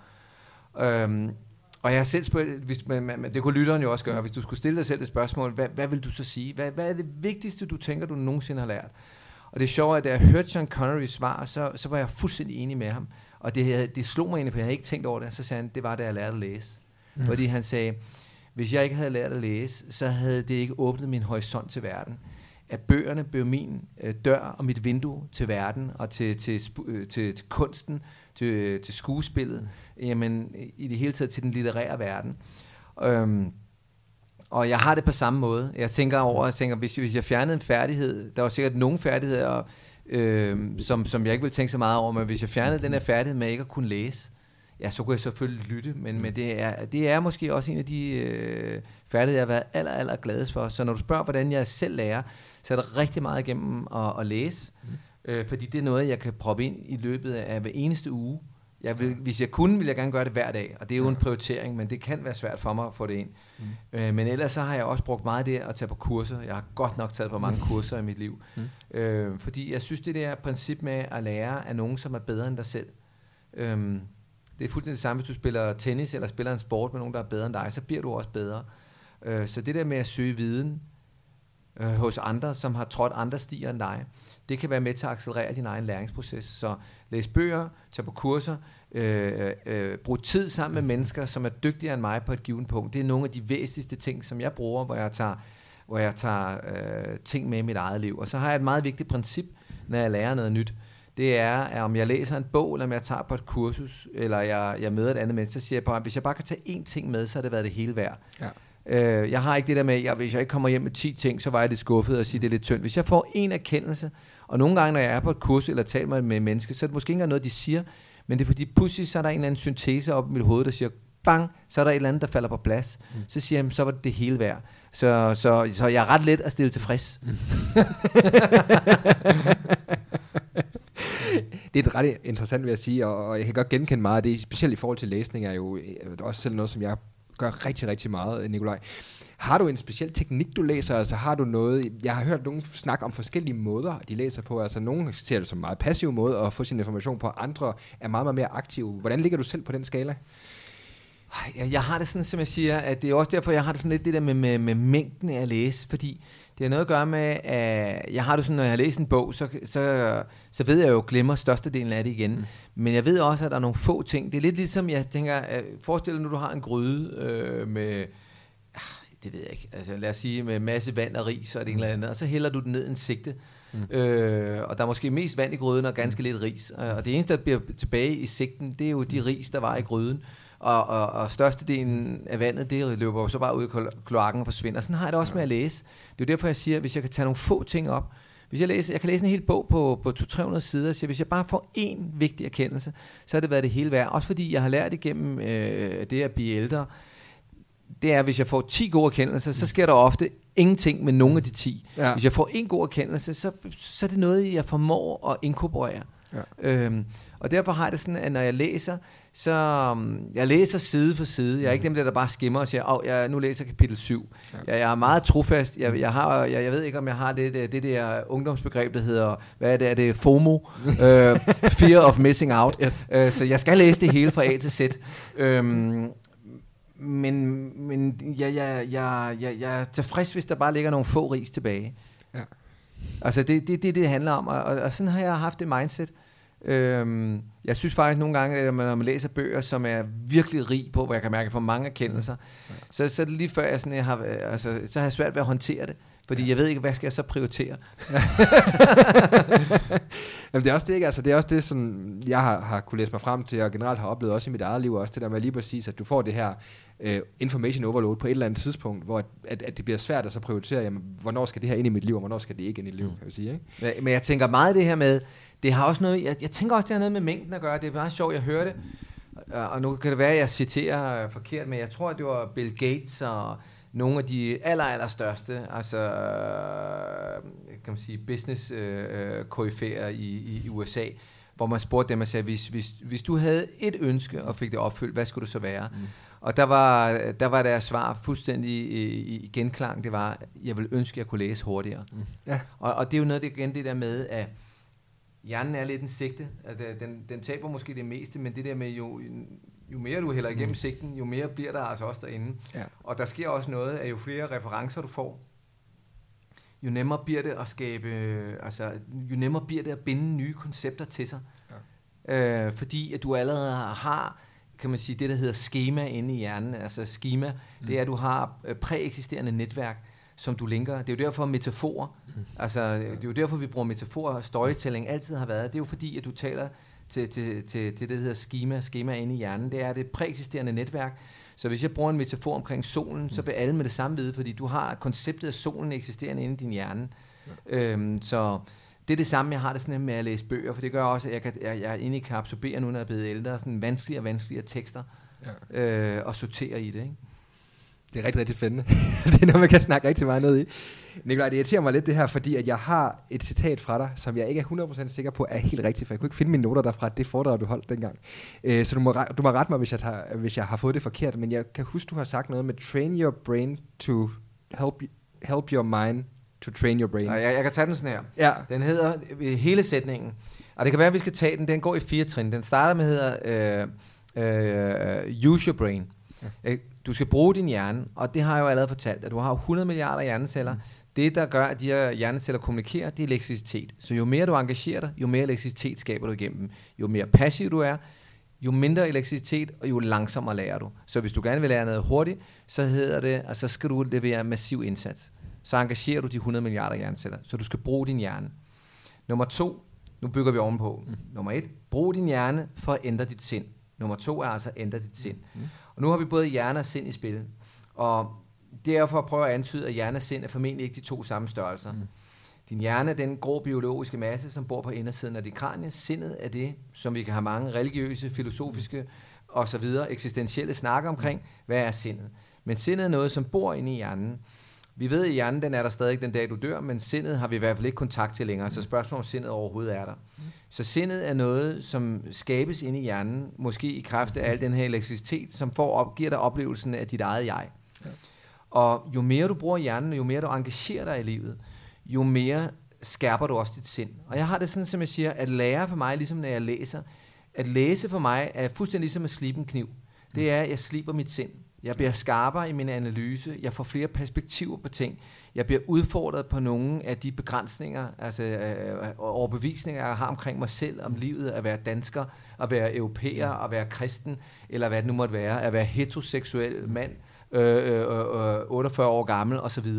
Um, og jeg har selv spurgt, hvis man, man, det kunne lytteren jo også gøre, hvis du skulle stille dig selv et spørgsmål, hvad, hvad vil du så sige? Hvad, hvad er det vigtigste, du tænker, du nogensinde har lært? Og det er sjovt, at da jeg hørte Sean Connerys svar, så, så var jeg fuldstændig enig med ham. Og det, det slog mig egentlig, for jeg havde ikke tænkt over det. Så sagde han, det var da jeg lærte at læse. Mm. Fordi han sagde, hvis jeg ikke havde lært at læse, så havde det ikke åbnet min horisont til verden. At bøgerne blev min øh, dør og mit vindue til verden, og til, til, til, til, til kunsten, til, til skuespillet, mm. jamen i det hele taget til den litterære verden. Øhm, Og jeg har det på samme måde. Jeg tænker over, jeg tænker, hvis, hvis jeg fjernede en færdighed, der var sikkert nogle færdigheder, øh, som, som jeg ikke ville tænke så meget over, men hvis jeg fjernede den her færdighed med ikke at kunne læse, ja, så kunne jeg selvfølgelig lytte, men, men det, er, det er måske også en af de øh, færdigheder, jeg har været aller, aller gladest for. Så når du spørger, hvordan jeg selv lærer, så er det rigtig meget igennem at, at læse, mm. øh, fordi det er noget, jeg kan proppe ind i løbet af hver eneste uge. Jeg vil, hvis jeg kunne, ville jeg gerne gøre det hver dag, og det er jo en prioritering, men det kan være svært for mig at få det ind. Mm. Øh, men ellers så har jeg også brugt meget det at tage på kurser. Jeg har godt nok taget på mange kurser i mit liv. Mm. Øh, fordi jeg synes, det der princip med at lære af nogen, som er bedre end dig selv. Øh, det er fuldstændig det samme, hvis du spiller tennis eller spiller en sport med nogen, der er bedre end dig, så bliver du også bedre. Øh, så det der med at søge viden øh, hos andre, som har trådt andre stier end dig, det kan være med til at accelerere din egen læringsproces. Så læs bøger, tag på kurser, øh, øh, brug tid sammen med mennesker, som er dygtigere end mig på et givet punkt. Det er nogle af de væsentligste ting, som jeg bruger, hvor jeg tager, hvor jeg tager øh, ting med i mit eget liv. Og så har jeg et meget vigtigt princip, når jeg lærer noget nyt. det er, at om jeg læser en bog, eller om jeg tager på et kursus, eller jeg, jeg møder et andet menneske, så siger jeg bare, at hvis jeg bare kan tage én ting med, så har det været det hele værd. Ja. Øh, jeg har ikke det der med, at hvis jeg ikke kommer hjem med ti ting, så var jeg lidt skuffet og siger, det er lidt tyndt. Hvis jeg får en erkendelse, og nogle gange, når jeg er på et kursus, eller taler med et menneske, så er det måske ikke engang noget, de siger, men det er fordi, pludselig så er der en eller anden syntese op i mit hoved, der siger, bang, så er der et eller andet, der falder på plads. Mm. Så siger jeg, så var det det hele værd. Så, så, så jeg er ret let at stille tilfreds. Mm. Det er ret interessant, vil jeg sige, og, og jeg kan godt genkende meget af det, specielt i forhold til læsning, er jo også selv noget, som jeg gør rigtig, rigtig meget, Nikolaj. Har du en speciel teknik, du læser? Altså har du noget, jeg har hørt nogen snakke om forskellige måder, de læser på. Altså nogen ser det som en meget passiv måde at få sin information på, andre er meget, meget mere aktive. Hvordan ligger du selv på den skala? Jeg, jeg har det sådan, som jeg siger, at det er også derfor, jeg har det sådan lidt det der med, med, med mængden af at læse, fordi det har noget at gøre med, at jeg har det sådan, når jeg har læst en bog, så, så, så ved jeg jo, glemmer størstedelen af det igen. Mm. Men jeg ved også, at der er nogle få ting. Det er lidt ligesom, jeg tænker, forestil dig nu, du har en gryde øh, med, det ved jeg ikke, altså lad os sige, med masse vand og ris og det ene eller andet, og så hælder du den ned i en sigte. Mm. Øh, og der er måske mest vand i gryden og ganske lidt ris. Og det eneste, der bliver tilbage i sigten, det er jo de ris, der var i gryden. Og, og, og størstedelen af vandet, det løber jo så bare ud i kloakken og forsvinder. Sådan har jeg det også med at læse. Det er jo derfor, jeg siger, at hvis jeg kan tage nogle få ting op, hvis jeg læser, jeg kan læse en hel bog på, på to til tre hundrede sider, så hvis jeg bare får én vigtig erkendelse, så har det været det hele værd. Også fordi jeg har lært igennem øh, det at blive ældre, det er, at hvis jeg får ti gode erkendelser, så sker der ofte ingenting med nogen af de ti. Ja. Hvis jeg får en god erkendelse, så, så er det noget, jeg formår at inkorporere. Ja. Øhm, og derfor har jeg det sådan, at når jeg læser, så um, jeg læser side for side. Jeg er ikke dem der, der bare skimmer og siger, åh, oh, jeg nu læser kapitel syv. Ja. Jeg, jeg er meget trofast. Jeg, jeg, har, jeg, jeg ved ikke, om jeg har det, det, det der ungdomsbegreb, der hedder, hvad er det, er det FOMO? uh, Fear of missing out. Yes. Uh, så jeg skal læse det hele fra A til Z. Um, men men jeg, jeg, jeg, jeg, jeg er tilfreds, hvis der bare ligger nogle få ris tilbage. Ja. Altså det er det, det, det handler om, og, og sådan har jeg haft det mindset. Øhm, jeg synes faktisk nogle gange, at når man læser bøger, som er virkelig rig på, hvor jeg kan mærke for mange erkendelser, ja. så, så er det lige før, jeg, sådan, jeg har, altså, så har jeg svært ved at håndtere det. Fordi ja. jeg ved ikke, hvad skal jeg så prioritere? Jamen det er også det, ikke? Altså, det er også det, som jeg har, har kunne læse mig frem til, og generelt har oplevet også i mit eget liv, også det der med lige præcis, at du får det her uh, information overload på et eller andet tidspunkt, hvor at, at, at det bliver svært at så prioritere, jamen, hvornår skal det her ind i mit liv, og hvornår skal det ikke ind i mit liv, kan jeg sige, ikke? Men jeg tænker meget det her med, det har også noget, jeg, jeg tænker også, det har noget med mængden at gøre. Det er bare sjovt, jeg hører det, og nu kan det være, at jeg citerer forkert, men jeg tror, at det var Bill Gates og nogle af de aller, aller største, altså kan man sige, business øh, koryfæer i, i, i U S A, hvor man spurgte dem og sagde, hvis, hvis, hvis du havde et ønske og fik det opfyldt, hvad skulle det så være? Mm. Og der var, der var deres svar fuldstændig i, i genklang, det var, jeg ville ønske, at jeg kunne læse hurtigere. Mm. Ja. Og, og det er jo noget, det igen det der med, at hjernen er lidt en sigte, altså, den, den taber måske det meste, men det der med jo, jo mere du hælder igennem mm. sigten, jo mere bliver der altså også derinde. Ja. Og der sker også noget, at jo flere referencer du får, jo nemmere bliver det at skabe, altså jo nemmere bliver det at binde nye koncepter til sig. Ja. Øh, fordi at du allerede har, kan man sige, det der hedder skema inde i hjernen, altså schema, mm. det er, at du har præeksisterende netværk, som du linker. Det er jo derfor metaforer, mm. altså det er jo derfor, vi bruger metaforer, og storytelling altid har været. Det er jo fordi, at du taler til, til, til, til det, der hedder schema, schema inde i hjernen. Det er det præeksisterende netværk. Så hvis jeg bruger en metafor omkring solen, mm. så vil alle med det samme vide, fordi du har konceptet af solen eksisterende inde i din hjerne. Ja. Øhm, så det er det samme, jeg har det sådan med at læse bøger, for det gør også, at jeg, kan, jeg, jeg egentlig kan absorbere, nu når jeg er blevet ældre, sådan vanskeligere og vanskeligere tekster, ja. øh, og sortere i det, ikke? Det er rigtig, rigtig spændende. Det er noget, man kan snakke rigtig meget ned i. Nikolaj, det irriterer mig lidt det her, fordi at jeg har et citat fra dig, som jeg ikke er hundrede procent sikker på er helt rigtigt, for jeg kunne ikke finde mine noter derfra, det foredrag, du holdt dengang. Øh, så du må, du må rette mig, hvis jeg, tager, hvis jeg har fået det forkert, men jeg kan huske, du har sagt noget med train your brain to help, help your mind to train your brain. Jeg, jeg kan tage den sådan her. Ja. Den hedder hele sætningen, og det kan være, at vi skal tage den, den går i fire trin. Den starter med, hedder øh, øh, use your brain. Ja. Du skal bruge din hjerne, og det har jeg jo allerede fortalt, at du har hundrede milliarder hjerneceller. Mm. Det, der gør, at de her hjerneceller kommunikerer, det er elektricitet. Så jo mere du engagerer dig, jo mere elektricitet skaber du igennem dem. Jo mere passiv du er, jo mindre elektricitet, og jo langsommere lærer du. Så hvis du gerne vil lære noget hurtigt, så hedder det, at så skal du levere massiv indsats. Så engagerer du de hundrede milliarder hjerneceller, så du skal bruge din hjerne. Nummer to, Nu bygger vi ovenpå. Mm. Nummer et, brug din hjerne for at ændre dit sind. Nummer to er altså at ændre dit sind. Mm. Og nu har vi både hjerne og sind i spil. Og det er for at prøve at antyde, at hjerne og sind er formentlig ikke de to samme størrelser. Mm. Din hjerne er den grå biologiske masse, som bor på indersiden af dit kranie. Sindet er det, som vi kan have mange religiøse, filosofiske og så videre eksistentielle snakker omkring. Hvad er sindet? Men sindet er noget, som bor inde i hjernen. Vi ved, at hjernen den er der stadig den dag, du dør, men sindet har vi i hvert fald ikke kontakt til længere, så spørgsmålet om sindet overhovedet er der. Så sindet er noget, som skabes inde i hjernen, måske i kraft af al den her elektricitet, som får op, giver dig oplevelsen af dit eget jeg. Ja. Og jo mere du bruger hjernen, jo mere du engagerer dig i livet, jo mere skærper du også dit sind. Og jeg har det sådan, som jeg siger, at lære for mig, ligesom når jeg læser, at læse for mig er fuldstændig ligesom at slibe en kniv. Det er, at jeg sliber mit sind. Jeg bliver skarpere i min analyse, jeg får flere perspektiver på ting, jeg bliver udfordret på nogle af de begrænsninger, altså øh, overbevisninger, jeg har omkring mig selv, om livet, at være dansker, at være europæer, at være kristen, eller hvad det nu måtte være, at være heteroseksuel mand, øh, øh, øh, otteogfyrre år gammel, osv.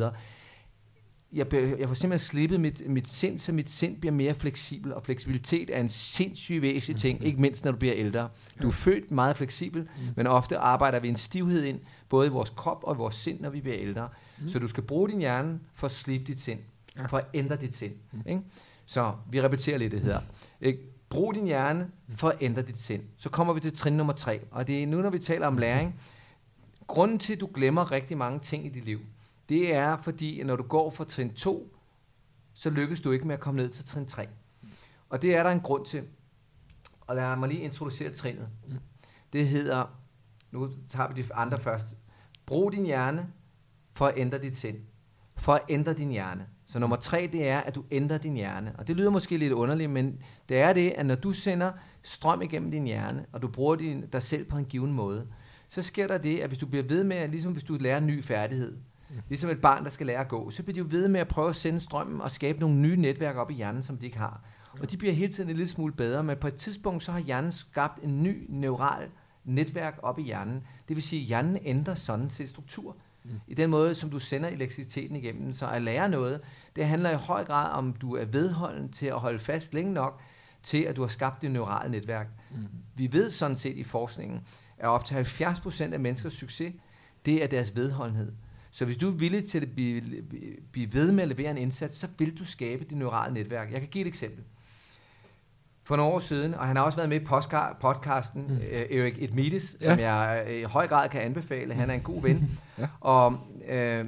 Jeg, be, jeg får simpelthen slippet mit, mit sind, så mit sind bliver mere fleksibel, og fleksibilitet er en sindssygt væsentlig ting, ikke mindst når du bliver ældre. Du er født meget fleksibel, mm. men ofte arbejder vi en stivhed ind, både i vores krop og i vores sind, når vi bliver ældre. Mm. Så du skal bruge din hjerne for at slippe dit sind, ja. for at ændre dit sind. Mm. Ikke? Så vi repeterer lidt det her. Ikke? Brug din hjerne for at ændre dit sind. Så kommer vi til trin nummer tre, og det er nu, når vi taler om læring. Grunden til, at du glemmer rigtig mange ting i dit liv, det er fordi, at når du går fra trin to, så lykkes du ikke med at komme ned til trin tre. Og det er der en grund til. Og lad mig lige introducere trinet. Det hedder, nu tager vi de andre først. Brug din hjerne for at ændre dit sind. For at ændre din hjerne. Så nummer tre, det er, at du ændrer din hjerne. Og det lyder måske lidt underligt, men det er det, at når du sender strøm igennem din hjerne, og du bruger din, dig selv på en given måde, så sker der det, at hvis du bliver ved med, ligesom hvis du lærer en ny færdighed, ligesom et barn, der skal lære at gå, så bliver de jo ved med at prøve at sende strømmen og skabe nogle nye netværk op i hjernen, som de ikke har. Og de bliver hele tiden en lille smule bedre, men på et tidspunkt, så har hjernen skabt en ny neural netværk op i hjernen. Det vil sige, at hjernen ændrer sådan sin struktur. Mm. I den måde, som du sender elektriciteten igennem. Så at lære noget, det handler i høj grad om, du er vedholden til at holde fast længe nok, til at du har skabt et neurale netværk. Mm. Vi ved sådan set i forskningen, at op til halvfjerds procent af menneskers succes, det er deres vedholdenhed. Så hvis du er villig til at blive, blive ved med at levere en indsats, så vil du skabe dit neurale netværk. Jeg kan give et eksempel. For nogle år siden, og han har også været med i podcasten, mm. Eric Edmeades, ja. som jeg i høj grad kan anbefale. Han er en god ven. ja. Og øh,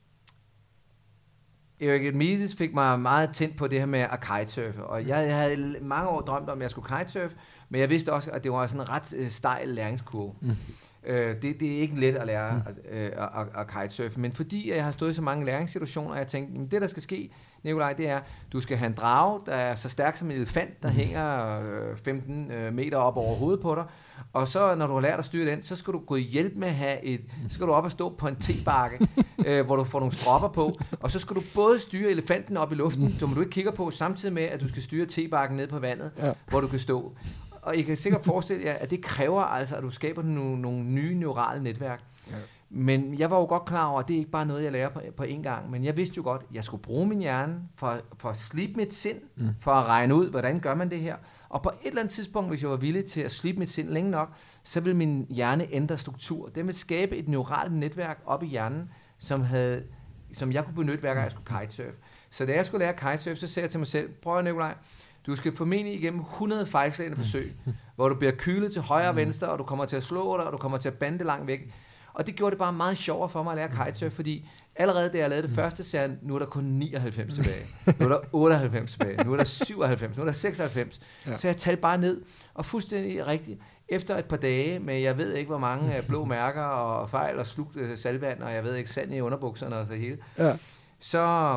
Eric Edmeades fik mig meget tændt på det her med at kitesurfe. Og jeg, jeg havde mange år drømt om, at jeg skulle kitesurfe, men jeg vidste også, at det var sådan en ret øh, stejl læringskurve. Mm. Øh, det, det er ikke let at lære mm. øh, at, at, at kitesurfe, men fordi jeg har stået i så mange læringssituationer, og jeg tænkte, det der skal ske, Nikolaj, det er, du skal have en drage, der er så stærk som en elefant, der mm. hænger øh, femten øh, meter op over hovedet på dig, og så når du har lært at styre den, så skal du gå hjælp med at have et, så skal du op og stå på en tebakke, øh, hvor du får nogle stropper på, og så skal du både styre elefanten op i luften, som du ikke kigger på, samtidig med, at du skal styre tebakken ned på vandet, ja. hvor du kan stå. Og I kan sikkert forestille jer, at det kræver altså, at du skaber nogle, nogle nye neurale netværk. Ja. Men jeg var jo godt klar over, at det er ikke bare noget, jeg lærer på, på én gang. Men jeg vidste jo godt, at jeg skulle bruge min hjerne for, for at slippe mit sind, mm. for at regne ud, hvordan gør man det her. Og på et eller andet tidspunkt, hvis jeg var villig til at slippe mit sind længe nok, så ville min hjerne ændre struktur. Det ville skabe et neuralt netværk op i hjernen, som, havde, som jeg kunne benytte, hver gang jeg skulle kitesurfe. Så da jeg skulle lære kitesurfe, så sagde jeg til mig selv, prøv at Nikolaj, du skal formentlig igennem hundrede fejlslagende forsøg, hvor du bliver kylet til højre og venstre, og du kommer til at slå dig, og du kommer til at bande langt væk. Og det gjorde det bare meget sjovere for mig at lære kitesurf, fordi allerede da jeg lavede det første, sagde jeg, nu er der kun nioghalvfems tilbage, nu er der otteoghalvfems tilbage, nu er der syvoghalvfems, nu er der seksoghalvfems. Ja. Så jeg talte bare ned, og fuldstændig rigtigt, efter et par dage med, jeg ved ikke hvor mange blå mærker og fejl og slugt salvand, og jeg ved ikke sand i underbukserne og så hele, ja. så...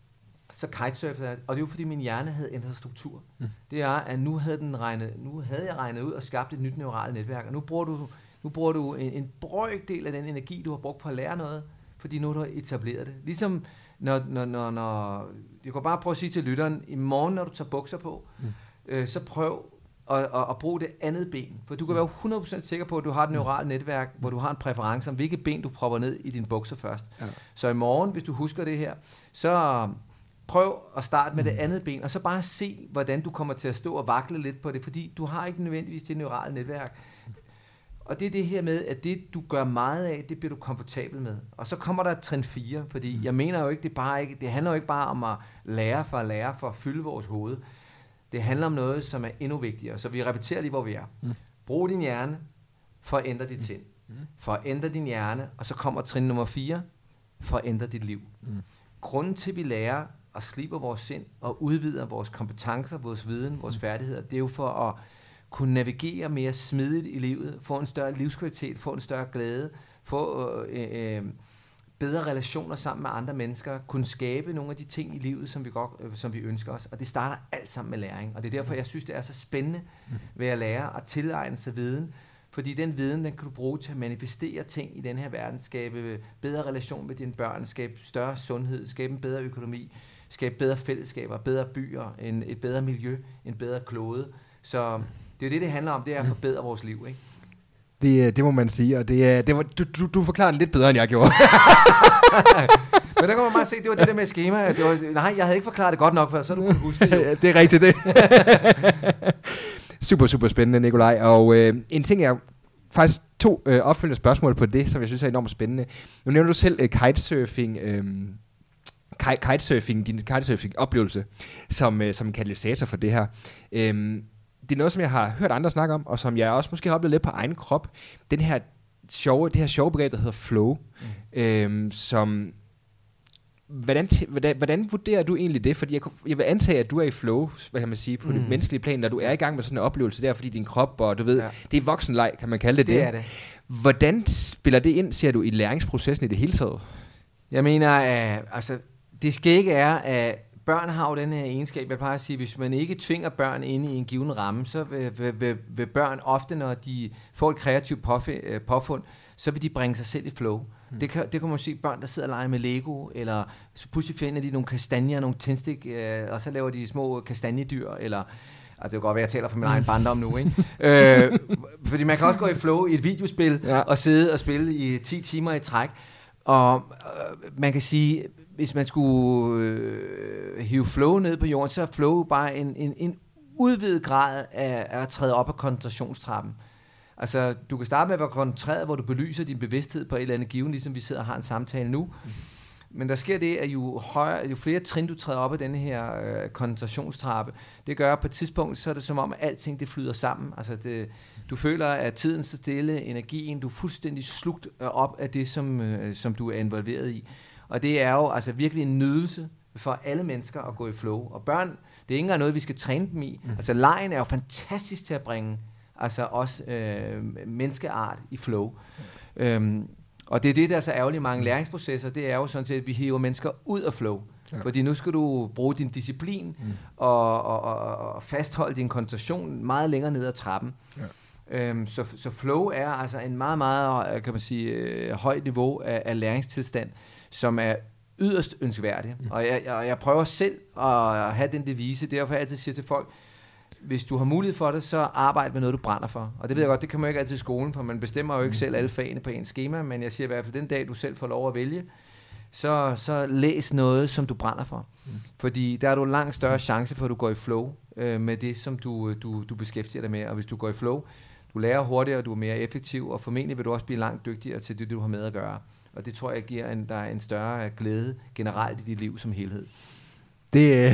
så kitesurfede jeg, og det var fordi min hjerne havde ændret struktur. Mm. Det er, at nu havde, den regnet, nu havde jeg regnet ud og skabt et nyt neuralt netværk, og nu bruger du, nu bruger du en, en brøkdel af den energi, du har brugt på at lære noget, fordi nu har du etableret det. Ligesom, når, når, når, når jeg kan bare prøve at sige til lytteren, i morgen, når du tager bukser på, mm. øh, så prøv at, at, at bruge det andet ben, for du kan være hundrede procent sikker på, at du har et neuralt netværk, hvor du har en præference om, hvilket ben du propper ned i dine bukser først. Ja. Så i morgen, hvis du husker det her, så... prøv at starte med det andet ben, og så bare se, hvordan du kommer til at stå og vakle lidt på det, fordi du har ikke nødvendigvis det neurale netværk. Og det er det her med, at det, du gør meget af, det bliver du komfortabel med. Og så kommer der trin fire, fordi jeg mener jo ikke, det, bare ikke, det handler jo ikke bare om at lære for at lære, for at fylde vores hoved. Det handler om noget, som er endnu vigtigere. Så vi repeterer lige, hvor vi er. Mm. Brug din hjerne for at ændre dit sind. Mm. For at ændre din hjerne, og så kommer trin nummer fire, for at ændre dit liv. Mm. Grunden til, at vi lærer og slipper vores sind og udvider vores kompetencer, vores viden, vores færdigheder, det er jo for at kunne navigere mere smidigt i livet, få en større livskvalitet, få en større glæde, få øh, øh, bedre relationer sammen med andre mennesker, kunne skabe nogle af de ting i livet, som vi, godt, øh, som vi ønsker os. Og det starter alt sammen med læring. Og det er derfor, jeg synes, det er så spændende ved at lære at tilegne sig viden. Fordi den viden, den kan du bruge til at manifestere ting i den her verden, skabe bedre relation med dine børn, skabe større sundhed, skabe en bedre økonomi, skabe bedre fællesskaber, bedre byer, en, et bedre miljø, en bedre klode. Så det er det, det handler om, det er at forbedre vores liv, ikke? Det, det må man sige, og det, det var, du, du, du forklarer det lidt bedre, end jeg gjorde. Men der kan man bare se, det var det der med skema. Det var, nej, jeg havde ikke forklaret det godt nok, for så du kunne huske det. Jo. Det er rigtigt, det. Super, super spændende, Nikolaj. Og øh, en ting, jeg faktisk to øh, opfølgende spørgsmål på det, som jeg synes er enormt spændende. Nu nævner du selv øh, kitesurfing, øh, kitesurfing, din kitesurfing-oplevelse, som, øh, som katalysator for det her. Øh, det er noget, som jeg har hørt andre snakke om, og som jeg også måske har oplevet lidt på egen krop. Den her sjove, det her sjove begreb, der hedder flow, mm. øh, som... Hvordan, t- hvordan, hvordan vurderer du egentlig det? Fordi jeg, jeg vil antage, at du er i flow, hvad kan man sige, på mm. det menneskelige plan, når du er i gang med sådan en oplevelse der, fordi din krop, og du ved, ja. det er voksenleg, kan man kalde det det. Det er det. Hvordan spiller det ind, ser du, i læringsprocessen i det hele taget? Jeg mener, at altså, det skægge er, at børn har jo den her egenskab, jeg plejer at sige, hvis man ikke tvinger børn ind i en given ramme, så vil, vil, vil, vil børn ofte, når de får et kreativt påf- påfund, så vil de bringe sig selv i flow. Mm. Det, kan, det kan man se børn, der sidder og leger med Lego, eller så pludselig finder de nogle kastanjer, nogle tændstik, øh, og så laver de små kastanjedyr, eller... Altså det kan godt være, at jeg taler fra min egen barndom nu, ikke? øh, fordi man kan også gå i flow i et videospil, ja. og sidde og spille i ti timer i træk. Og øh, man kan sige, hvis man skulle øh, hive flow ned på jorden, så er flow bare en, en, en udvidet grad af, af at træde op af koncentrationstrappen. Altså, du kan starte med at være koncentreret, hvor du belyser din bevidsthed på et eller andet given, ligesom vi sidder og har en samtale nu. Mm. Men der sker det, at jo, højere, jo flere trin, du træder op af denne her øh, koncentrationstrappe, det gør på et tidspunkt, så er det som om, at alting det flyder sammen. Altså, det, du føler, at tiden står stille, energien, du er fuldstændig slugt op af det, som, øh, som du er involveret i. Og det er jo altså virkelig en nydelse for alle mennesker at gå i flow. Og børn, det er ikke engang noget, vi skal træne dem i. Mm. Altså, legen er jo fantastisk til at bringe altså også øh, menneskeart i flow. Mm. Øhm, og det er det, der er så ærgerligt i mange læringsprocesser, det er jo sådan set, at vi hiver mennesker ud af flow. Ja. Fordi nu skal du bruge din disciplin mm. og, og, og, og fastholde din koncentration meget længere ned ad trappen. Ja. Øhm, så, så flow er altså en meget, meget kan man sige, øh, højt niveau af, af læringstilstand, som er yderst ønskværdig. Mm. Og jeg, jeg, jeg prøver selv at have den devise, derfor jeg altid siger til folk, hvis du har mulighed for det, så arbejde med noget, du brænder for. Og det ved jeg godt, det kan man ikke altid i skolen, for man bestemmer jo ikke selv alle fagene på ens schema, men jeg siger i hvert fald, den dag, du selv får lov at vælge, så, så læs noget, som du brænder for. Mm. Fordi der er du en langt større chance for, at du går i flow øh, med det, som du, du, du beskæftiger dig med. Og hvis du går i flow, du lærer hurtigere, du er mere effektiv, og formentlig vil du også blive langt dygtigere til det, du har med at gøre. Og det tror jeg giver en, der er en større glæde generelt i dit liv som helhed. Det,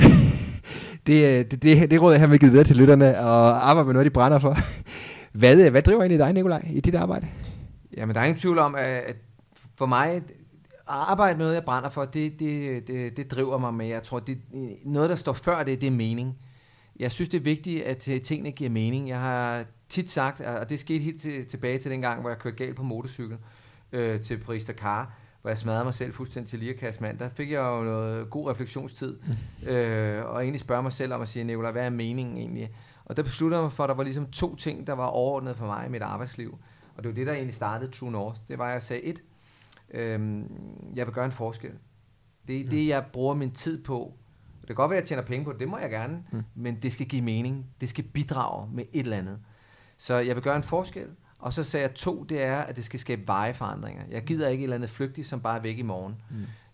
det, det, det, det råd, jeg har med givet videre til lytterne, og arbejde med noget, de brænder for. Hvad, hvad driver egentlig dig, Nikolaj, i dit arbejde? Jamen, der er ingen tvivl om, at for mig, at arbejde med noget, jeg brænder for, det, det, det, det driver mig med. Jeg tror, det noget, der står før det, det er mening. Jeg synes, det er vigtigt, at tingene giver mening. Jeg har tit sagt, og det skete helt til, tilbage til den gang, hvor jeg kørte galt på motorcykel øh, til Paris-Dakar, hvor jeg smadrede mig selv fuldstændig til lirakassemand. Der fik jeg jo noget god refleksionstid, mm. øh, og egentlig spørge mig selv om at sige, Nikolaj, hvad er meningen egentlig? Og der besluttede jeg mig for, at der var ligesom to ting, der var overordnet for mig i mit arbejdsliv. Og det var det, der egentlig startede True North. Det var, at jeg sagde, et, øh, jeg vil gøre en forskel. Det er mm. det, jeg bruger min tid på. Det kan godt være, at jeg tjener penge på det, det må jeg gerne, mm. men det skal give mening. Det skal bidrage med et eller andet. Så jeg vil gøre en forskel. Og så sagde jeg to, det er, at det skal skabe vejeforandringer. Jeg gider ikke et eller andet flygtigt, som bare er væk i morgen. Mm.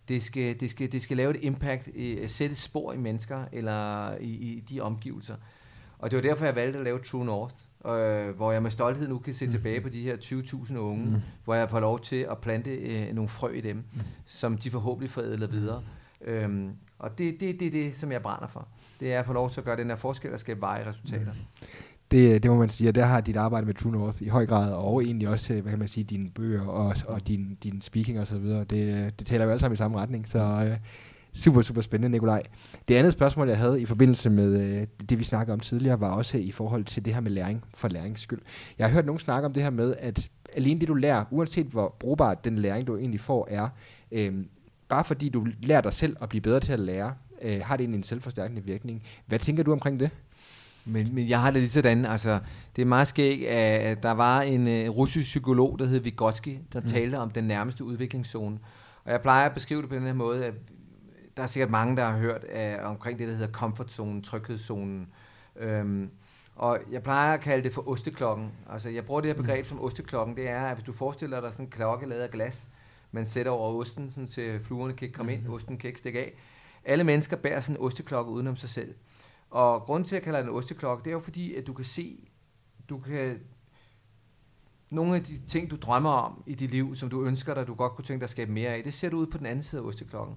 Det skal, det skal, det skal lave et impact, øh, sætte et spor i mennesker eller i, i de omgivelser. Og det var derfor, jeg valgte at lave True North, øh, hvor jeg med stolthed nu kan se mm. tilbage på de her tyve tusind unge, mm. hvor jeg får lov til at plante øh, nogle frø i dem, mm. som de forhåbentlig forædler videre. Øhm, og det er det, det, det, som jeg brænder for. Det er at få lov til at gøre den her forskel og skabe varige resultater. Mm. Det, det må man sige, og der har dit arbejde med True North i høj grad, og egentlig også, hvad kan man sige, dine bøger og, og din, din speaking og så videre, det, det taler jo alle sammen i samme retning, så øh, super, super spændende, Nikolaj. Det andet spørgsmål, jeg havde i forbindelse med øh, det, vi snakkede om tidligere, var også i forhold til det her med læring for lærings skyld. Jeg har hørt nogen snakke om det her med, at alene det, du lærer, uanset hvor brugbar den læring, du egentlig får, er, øh, bare fordi du lærer dig selv at blive bedre til at lære, øh, har det egentlig en selvforstærkende virkning. Hvad tænker du omkring det? Men, men jeg har det lidt sådan, altså, det er meget skægt, at der var en uh, russisk psykolog, der hed Vygotsky, der mm. talte om den nærmeste udviklingszone. Og jeg plejer at beskrive det på den her måde, at der er sikkert mange, der har hørt uh, omkring det, der hedder comfortzonen, tryghedszonen. Um, og jeg plejer at kalde det for osteklokken. Altså, jeg bruger det her begreb mm. som osteklokken. Det er, at hvis du forestiller dig sådan en klokke lavet af glas, man sætter over osten, sådan til fluerne kan ikke komme ind, osten kan ikke stikke af. Alle mennesker bærer sådan en osteklokke udenom sig selv. Og grunden til, at jeg kalder det en osteklokke, det er jo fordi, at du kan se, du kan, nogle af de ting, du drømmer om i dit liv, som du ønsker dig, du godt kunne tænke dig at skabe mere af, det ser du ud på den anden side af osteklokken.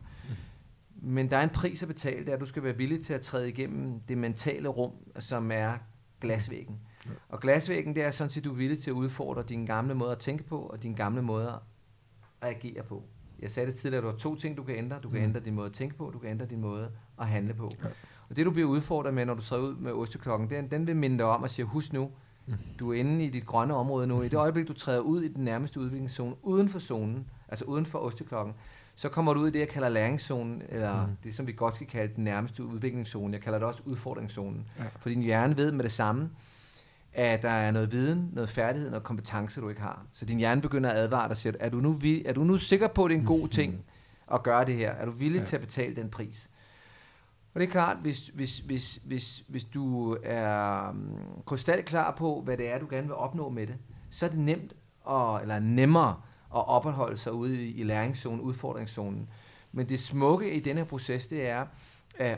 Mm. Men der er en pris at betale, det er, at du skal være villig til at træde igennem det mentale rum, som er glasvæggen. Mm. Og glasvæggen, det er sådan set, du er villig til at udfordre dine gamle måder at tænke på, og dine gamle måder at agere på. Jeg sagde det tidligere, at du har to ting, du kan ændre. Du kan mm. ændre din måde at tænke på, du kan ændre din måde at handle på. Ja. Og det, du bliver udfordret med, når du træder ud med osteklokken, den, den vil minde dig om at sige, husk nu, mm. du er inde i dit grønne område nu. I det øjeblik, du træder ud i den nærmeste udviklingszone, uden for zonen, altså uden for osteklokken, så kommer du ud i det, jeg kalder læringszonen, eller mm. det, som vi godt skal kalde den nærmeste udviklingszone. Jeg kalder det også udfordringszonen. Ja. For din hjerne ved med det samme, at der er noget viden, noget færdighed, noget kompetence, du ikke har. Så din hjerne begynder at advare dig og siger, er du nu, vi, er du nu sikker på, at det er en god ting at gøre det her? Er du villig ja. til at betale den pris? Og det er klart, hvis, hvis, hvis, hvis, hvis du er um, krystalklar på, hvad det er, du gerne vil opnå med det, så er det nemt, og, eller nemmere at opretholde sig ude i, i læringszonen, udfordringszonen. Men det smukke i denne her proces, det er, at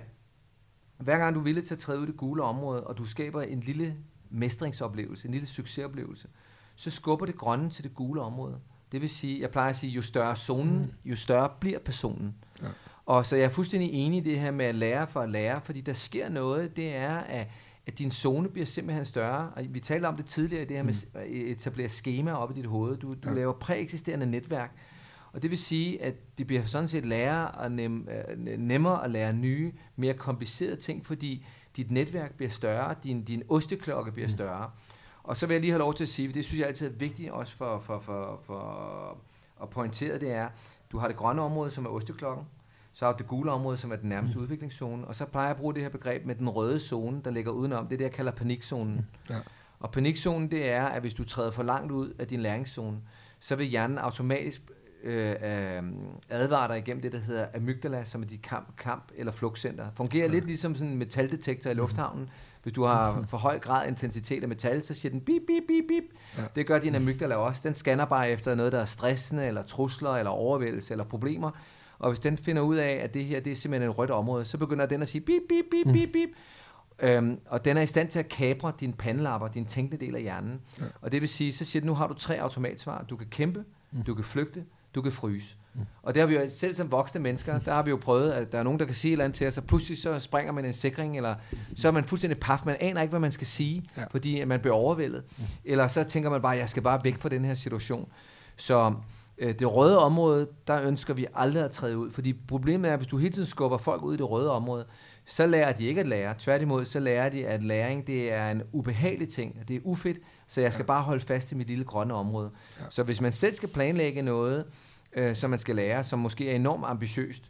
hver gang du er villig til at træde ud i det gule område, og du skaber en lille mestringsoplevelse, en lille succesoplevelse, så skubber det grønne til det gule område. Det vil sige, jeg plejer at sige, jo større zonen, jo større bliver personen. Ja. Og så jeg er fuldstændig enig i det her med at lære for at lære, fordi der sker noget, det er, at, at din zone bliver simpelthen større. Og vi talte om det tidligere, det her med at etablere skemaer op i dit hoved. Du, du ja. laver præeksisterende netværk. Og det vil sige, at det bliver sådan set lære og nem, nemmere at lære nye, mere komplicerede ting, fordi dit netværk bliver større, din, din osteklokke bliver større. Og så vil jeg lige have lov til at sige, for det synes jeg altid er vigtigt også for, for, for, for at pointere, det er, du har det grønne område, som er osteklokken, så har du det gule område, som er den nærmeste mm. udviklingszone, og så plejer jeg at bruge det her begreb med den røde zone, der ligger udenom, det er det, jeg kalder panikzonen. Mm. Ja. Og panikzonen, det er, at hvis du træder for langt ud af din læringszone, så vil hjernen automatisk øh, øh, advare dig igennem det, der hedder amygdala, som er dit kamp, kamp eller flugtcenter. Fungerer ja. lidt ligesom sådan en metaldetektor i lufthavnen. Hvis du har for høj grad intensitet af metal, så siger den bip, bip, bip, bip. Ja. Det gør din amygdala også. Den scanner bare efter noget, der er stressende, eller trusler, eller overvældelse, eller problemer. Og hvis den finder ud af, at det her det er simpelthen et rødt område, så begynder den at sige bip, bip, bip, bip, bip. Mm. Øhm, og den er i stand til at kapre dine pandelapper, din tænkende del af hjernen. Ja. Og det vil sige, så siger den, nu har du tre automatsvar. Du kan kæmpe, mm. du kan flygte, du kan fryse. Mm. Og det har vi jo selv som voksne mennesker, der har vi jo prøvet, at der er nogen, der kan sige et eller andet til os, og pludselig så springer man en sikring, eller så er man fuldstændig paf, man aner ikke, hvad man skal sige, ja. fordi man bliver overvældet. Mm. Eller så tænker man bare, jeg skal bare væk fra den her situation. Så øh, det røde område, der ønsker vi aldrig at træde ud, fordi problemet er, at hvis du hele tiden skubber folk ud i det røde område, så lærer de ikke at lære. Tværtimod, så lærer de, at læring det er en ubehagelig ting, det er ufedt, så jeg skal ja. bare holde fast i mit lille grønne område. Ja. Så hvis man selv skal planlægge noget, øh, som man skal lære, som måske er enormt ambitiøst,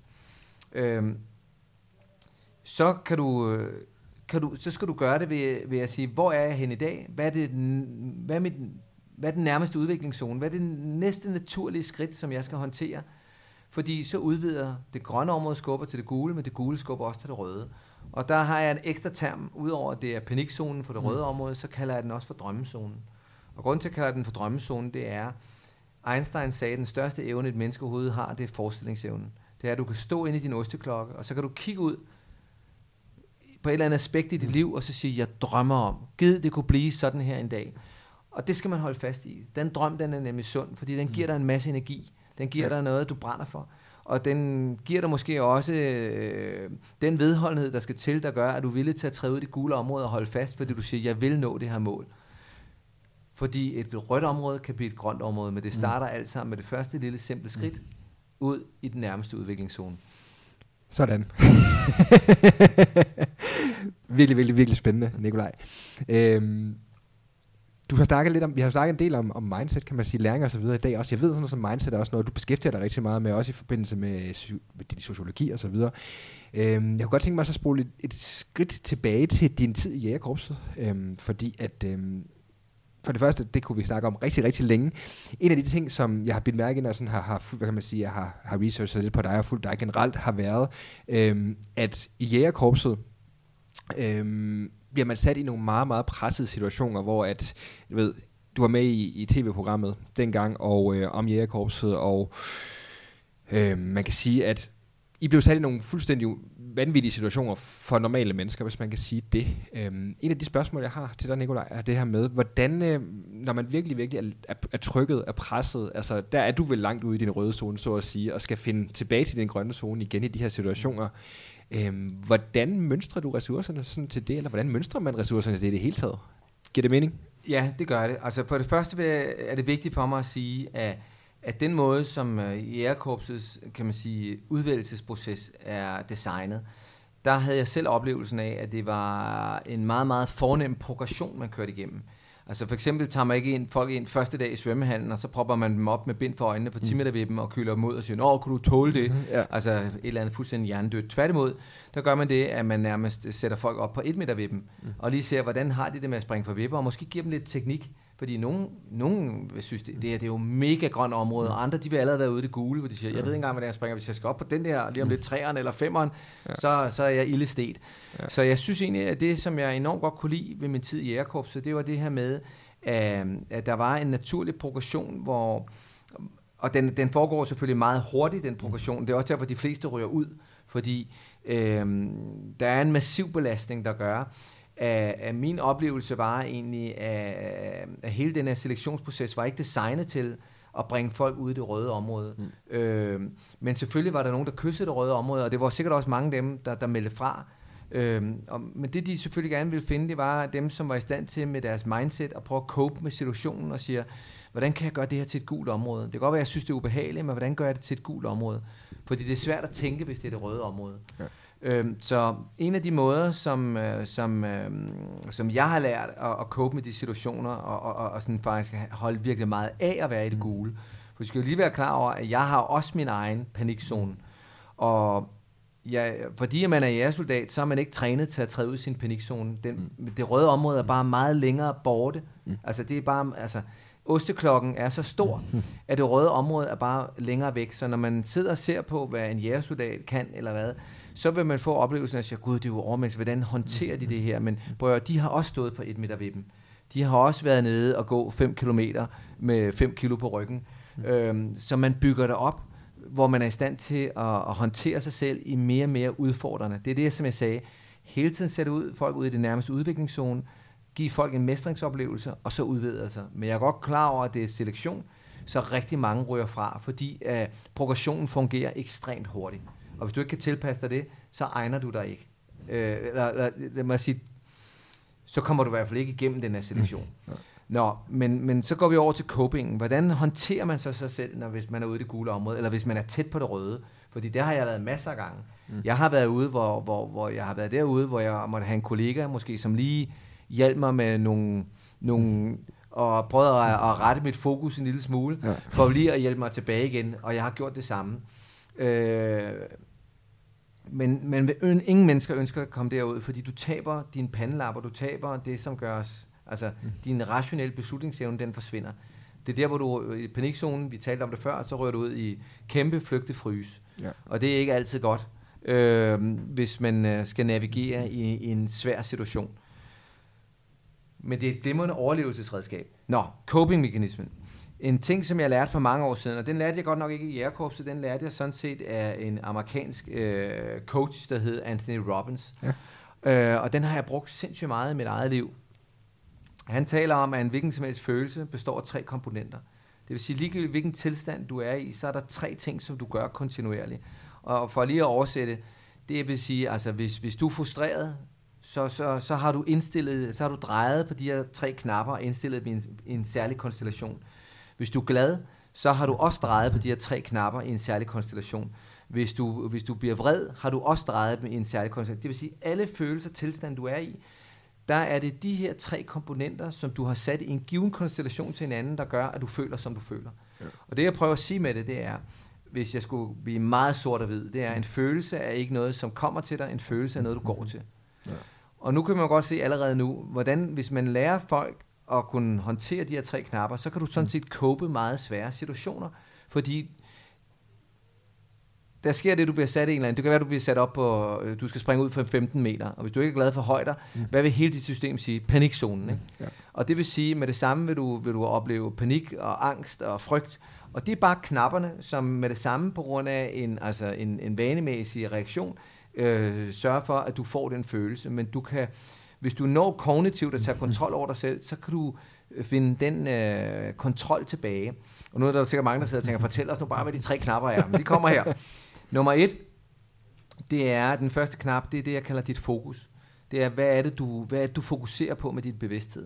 øh, så kan du, kan du, så skal du gøre det ved, ved at sige, hvor er jeg hen i dag? Hvad er, det, hvad, er mit, hvad er den nærmeste udviklingszone? Hvad er det næste naturlige skridt, som jeg skal håndtere? Fordi så udvider det grønne område skubber til det gule, men det gule skubber også til det røde. Og der har jeg en ekstra term, udover at det er panikzonen for det røde område, så kalder jeg den også for drømmezonen. Og grunden til at kalde den for drømmezonen, det er, Einstein sagde, at den største evne, et menneske overhovedet har, det er forestillingsevnen. det er, at du kan stå inde i din osteklokke, og så kan du kigge ud på et eller andet aspekt i dit liv, og så sige, jeg drømmer om, gid det kunne blive sådan her en dag. Og det skal man holde fast i. Den drøm, den er nemlig sund, fordi den giver dig en masse energi. Den giver ja. dig noget, du brænder for. Og den giver dig måske også øh, den vedholdenhed, der skal til, der gør, at du er villig til at træde ud i det gule område og holde fast, fordi du siger, jeg vil nå det her mål. Fordi et rødt område kan blive et grønt område, men det starter mm. alt sammen med det første lille simple skridt mm. ud i den nærmeste udviklingszone. Sådan. virkelig, virkelig, virkelig spændende, Nikolaj. Øhm, du har snakket lidt om, vi har snakket en del om, om mindset, kan man sige, læring og så videre i dag også. Jeg ved sådan noget som mindset er også noget, du beskæftiger dig rigtig meget med, også i forbindelse med, med din sociologi og så videre. Øhm, jeg kunne godt tænke mig så at spole et, et skridt tilbage til din tid i jægerkorpset, øhm, fordi at øhm, for det første, det kunne vi snakke om rigtig, rigtig længe. En af de ting, som jeg har bidt mærke i, når jeg sådan har, har, hvad kan man sige, jeg har, har researchet lidt på dig og fulgt dig generelt, har været, øhm, at i jægerkorpset øhm, bliver man sat i nogle meget, meget pressede situationer, hvor at, du ved, du var med i, i tv-programmet dengang og øh, om jægerkorpset, og øh, man kan sige, at I blev sat i nogle fuldstændig vanvittige situationer for normale mennesker, hvis man kan sige det. Øhm, en af de spørgsmål, jeg har til dig, Nikolaj, er det her med, hvordan, øh, når man virkelig, virkelig er, er trykket, er presset, altså der er du vel langt ude i din røde zone, så at sige, og skal finde tilbage til din grønne zone igen i de her situationer. Øhm, hvordan mønstrer du ressourcerne sådan til det, eller hvordan mønstrer man ressourcerne til det i det hele taget? Giver det mening? Ja, det gør det. Altså for det første vil jeg, er det vigtigt for mig at sige, at at den måde, som uh, jægerkorpsets, kan man sige, udvælgelsesproces er designet, der havde jeg selv oplevelsen af, at det var en meget, meget fornem progression, man kørte igennem. Altså for eksempel tager man ikke ind, folk ind første dag i svømmehallen, og så propper man dem op med bind for øjnene på ti meter ved dem og køler dem ud og siger, nå, kunne du tåle det? Ja. Altså et eller andet fuldstændig hjernedødt. Tværtimod, der gør man det, at man nærmest sætter folk op på et meter ved dem, mm. og lige ser, hvordan har de det med at springe for vipper, og måske giver dem lidt teknik. Fordi nogen, nogen synes, det, det, er, det er jo mega grønt område, og andre de vil allerede være ude i det gule, hvor de siger, jeg ved ikke engang, hvordan jeg springer, hvis jeg skal op på den der, lige om lidt træeren eller femeren, ja. så, så er jeg ildestet. Ja. Så jeg synes egentlig, at det, som jeg enormt godt kunne lide ved min tid i jægerkorpset, det var det her med, at, at der var en naturlig progression, hvor, og den, den foregår selvfølgelig meget hurtigt, den progression. Det er også derfor, de fleste ryger ud, fordi øh, der er en massiv belastning, der gør, At, at min oplevelse var egentlig, at, at hele den her selektionsproces var ikke designet til at bringe folk ud i det røde område. Mm. Øh, men selvfølgelig var der nogen, der kyssede det røde område, og det var sikkert også mange af dem, der, der meldte fra. Øh, og, men det, de selvfølgelig gerne ville finde, det var dem, som var i stand til med deres mindset at prøve at cope med situationen og siger, hvordan kan jeg gøre det her til et gult område? Det kan godt være, at jeg synes, det er ubehageligt, men hvordan gør jeg det til et gult område? Fordi det er svært at tænke, hvis det er det røde område. Ja. Øhm, så en af de måder, som, øh, som, øh, som jeg har lært at, at cope med de situationer, og, og, og sådan faktisk holde virkelig meget af at være i det gule. For du skal jo lige være klar over, at jeg har også min egen panikzone. Og ja, fordi man er jægersoldat, så er man ikke trænet til at træde ud i sin panikzone. Den, det røde område er bare meget længere borte. Altså det er bare... Altså, osteklokken er så stor, at det røde område er bare længere væk. Så når man sidder og ser på, hvad en jægersoldat kan, eller hvad, så vil man få oplevelsen af at sige, gud, det er jo overmenneske, hvordan håndterer de det her? Men prøv, de har også stået på et meter ved dem. De har også været nede og gå fem kilometer med fem kilo på ryggen. Mm. Øhm, så man bygger det op, hvor man er i stand til at, at håndtere sig selv i mere og mere udfordrende. Det er det, som jeg sagde. Hele tiden sætte ud, folk ud i det nærmeste udviklingszone, give folk en mestringsoplevelse, og så udvide sig. Men jeg er godt klar over, at det er selektion, så rigtig mange ryger fra, fordi uh, progressionen fungerer ekstremt hurtigt. Og hvis du ikke kan tilpasse dig det, så egner du dig ikke. Uh, eller, eller, lad mig sige, så kommer du i hvert fald ikke igennem den her selektion. Mm. Nå, men, men så går vi over til coping. Hvordan håndterer man så sig selv, når, hvis man er ude i det gule område, eller hvis man er tæt på det røde? Fordi det har jeg været masser af gange. Mm. Jeg har været ude, hvor, hvor, hvor jeg har været derude, hvor jeg måtte have en kollega, måske som lige hjalp mig med nogle, nogle og prøvede at, at rette mit fokus en lille smule, ja. For lige at hjælpe mig tilbage igen, og jeg har gjort det samme. Øh, men, men ingen mennesker ønsker at komme derud, fordi du taber dine pandelapper, du taber det, som gør os, altså mm. din rationelle beslutningsevne, den forsvinder. Det er der, hvor du i panikzonen, vi talte om det før, så rører du ud i kæmpe flygte frys. Ja. Og det er ikke altid godt, øh, hvis man øh, skal navigere i, i en svær situation. Men det er et glimrende overlevelsesredskab. Nå, coping-mekanismen. En ting, som jeg lærte for mange år siden, og den lærte jeg godt nok ikke i jægerkorpset, den lærte jeg sådan set af en amerikansk øh, coach, der hed Anthony Robbins. Ja. Øh, og den har jeg brugt sindssygt meget i mit eget liv. Han taler om, at en hvilken som helst følelse består af tre komponenter. Det vil sige, ligegyldigt hvilken tilstand du er i, så er der tre ting, som du gør kontinuerligt. Og for lige at oversætte, det vil sige, altså hvis, hvis du er frustreret, så, så, så har du indstillet, så har du drejet på de her tre knapper og indstillet dem i en, i en særlig konstellation. Hvis du er glad, så har du også drejet på de her tre knapper i en særlig konstellation. Hvis du, hvis du bliver vred, har du også drejet dem i en særlig konstellation. Det vil sige, alle følelser og tilstand, du er i, der er det de her tre komponenter, som du har sat i en given konstellation til en anden, der gør, at du føler, som du føler. Ja. Og det, jeg prøver at sige med det, det er, hvis jeg skulle blive meget sort og hvid, det er, en følelse er ikke noget, som kommer til dig, en følelse er noget, du går til. Ja. Og nu kan man godt se allerede nu, hvordan, hvis man lærer folk at kunne håndtere de her tre knapper, så kan du sådan set cope meget svære situationer, fordi der sker det, du bliver sat i en eller anden. Det kan være, du bliver sat op på, øh, du skal springe ud for femten meter, og hvis du ikke er glad for højder, mm. hvad vil hele dit system sige? Panikzonen. Ikke? Ja. Og det vil sige, med det samme vil du, vil du opleve panik og angst og frygt, og det er bare knapperne, som med det samme på grund af en, altså en, en vanemæssig reaktion, øh, sørger for, at du får den følelse. Men du kan, hvis du når kognitivt at tage kontrol over dig selv, så kan du finde den øh, kontrol tilbage. Og nu er der sikkert mange, der sidder og tænker, fortæl os nu bare, hvad de tre knapper er. Men de kommer her. Nummer et, det er den første knap, det er det, jeg kalder dit fokus. Det er, hvad er det, du, hvad er det, du fokuserer på med din bevidsthed.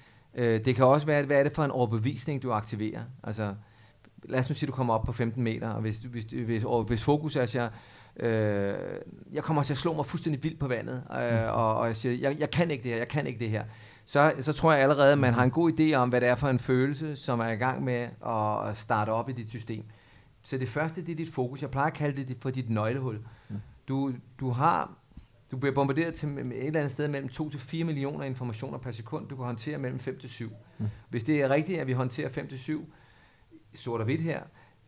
Øh, det kan også være, hvad er det for en overbevisning, du aktiverer. Altså, lad os nu sige, du kommer op på femten meter, og hvis, hvis, hvis, og hvis fokus er, at jeg, øh, jeg kommer til at slå mig fuldstændig vildt på vandet, øh, og, og jeg siger, jeg, jeg kan ikke det her, jeg kan ikke det her. Så, så tror jeg allerede, at man har en god idé om, hvad det er for en følelse, som er i gang med at starte op i dit system. Så det første, det er dit fokus. Jeg plejer at kalde det for dit nøglehul. Du, du har, du bliver bombarderet til et eller andet sted mellem to til fire millioner informationer per sekund. Du kan håndtere mellem fem til syv. Mm. Hvis det er rigtigt, at vi håndterer fem til syv, sort og hvidt her,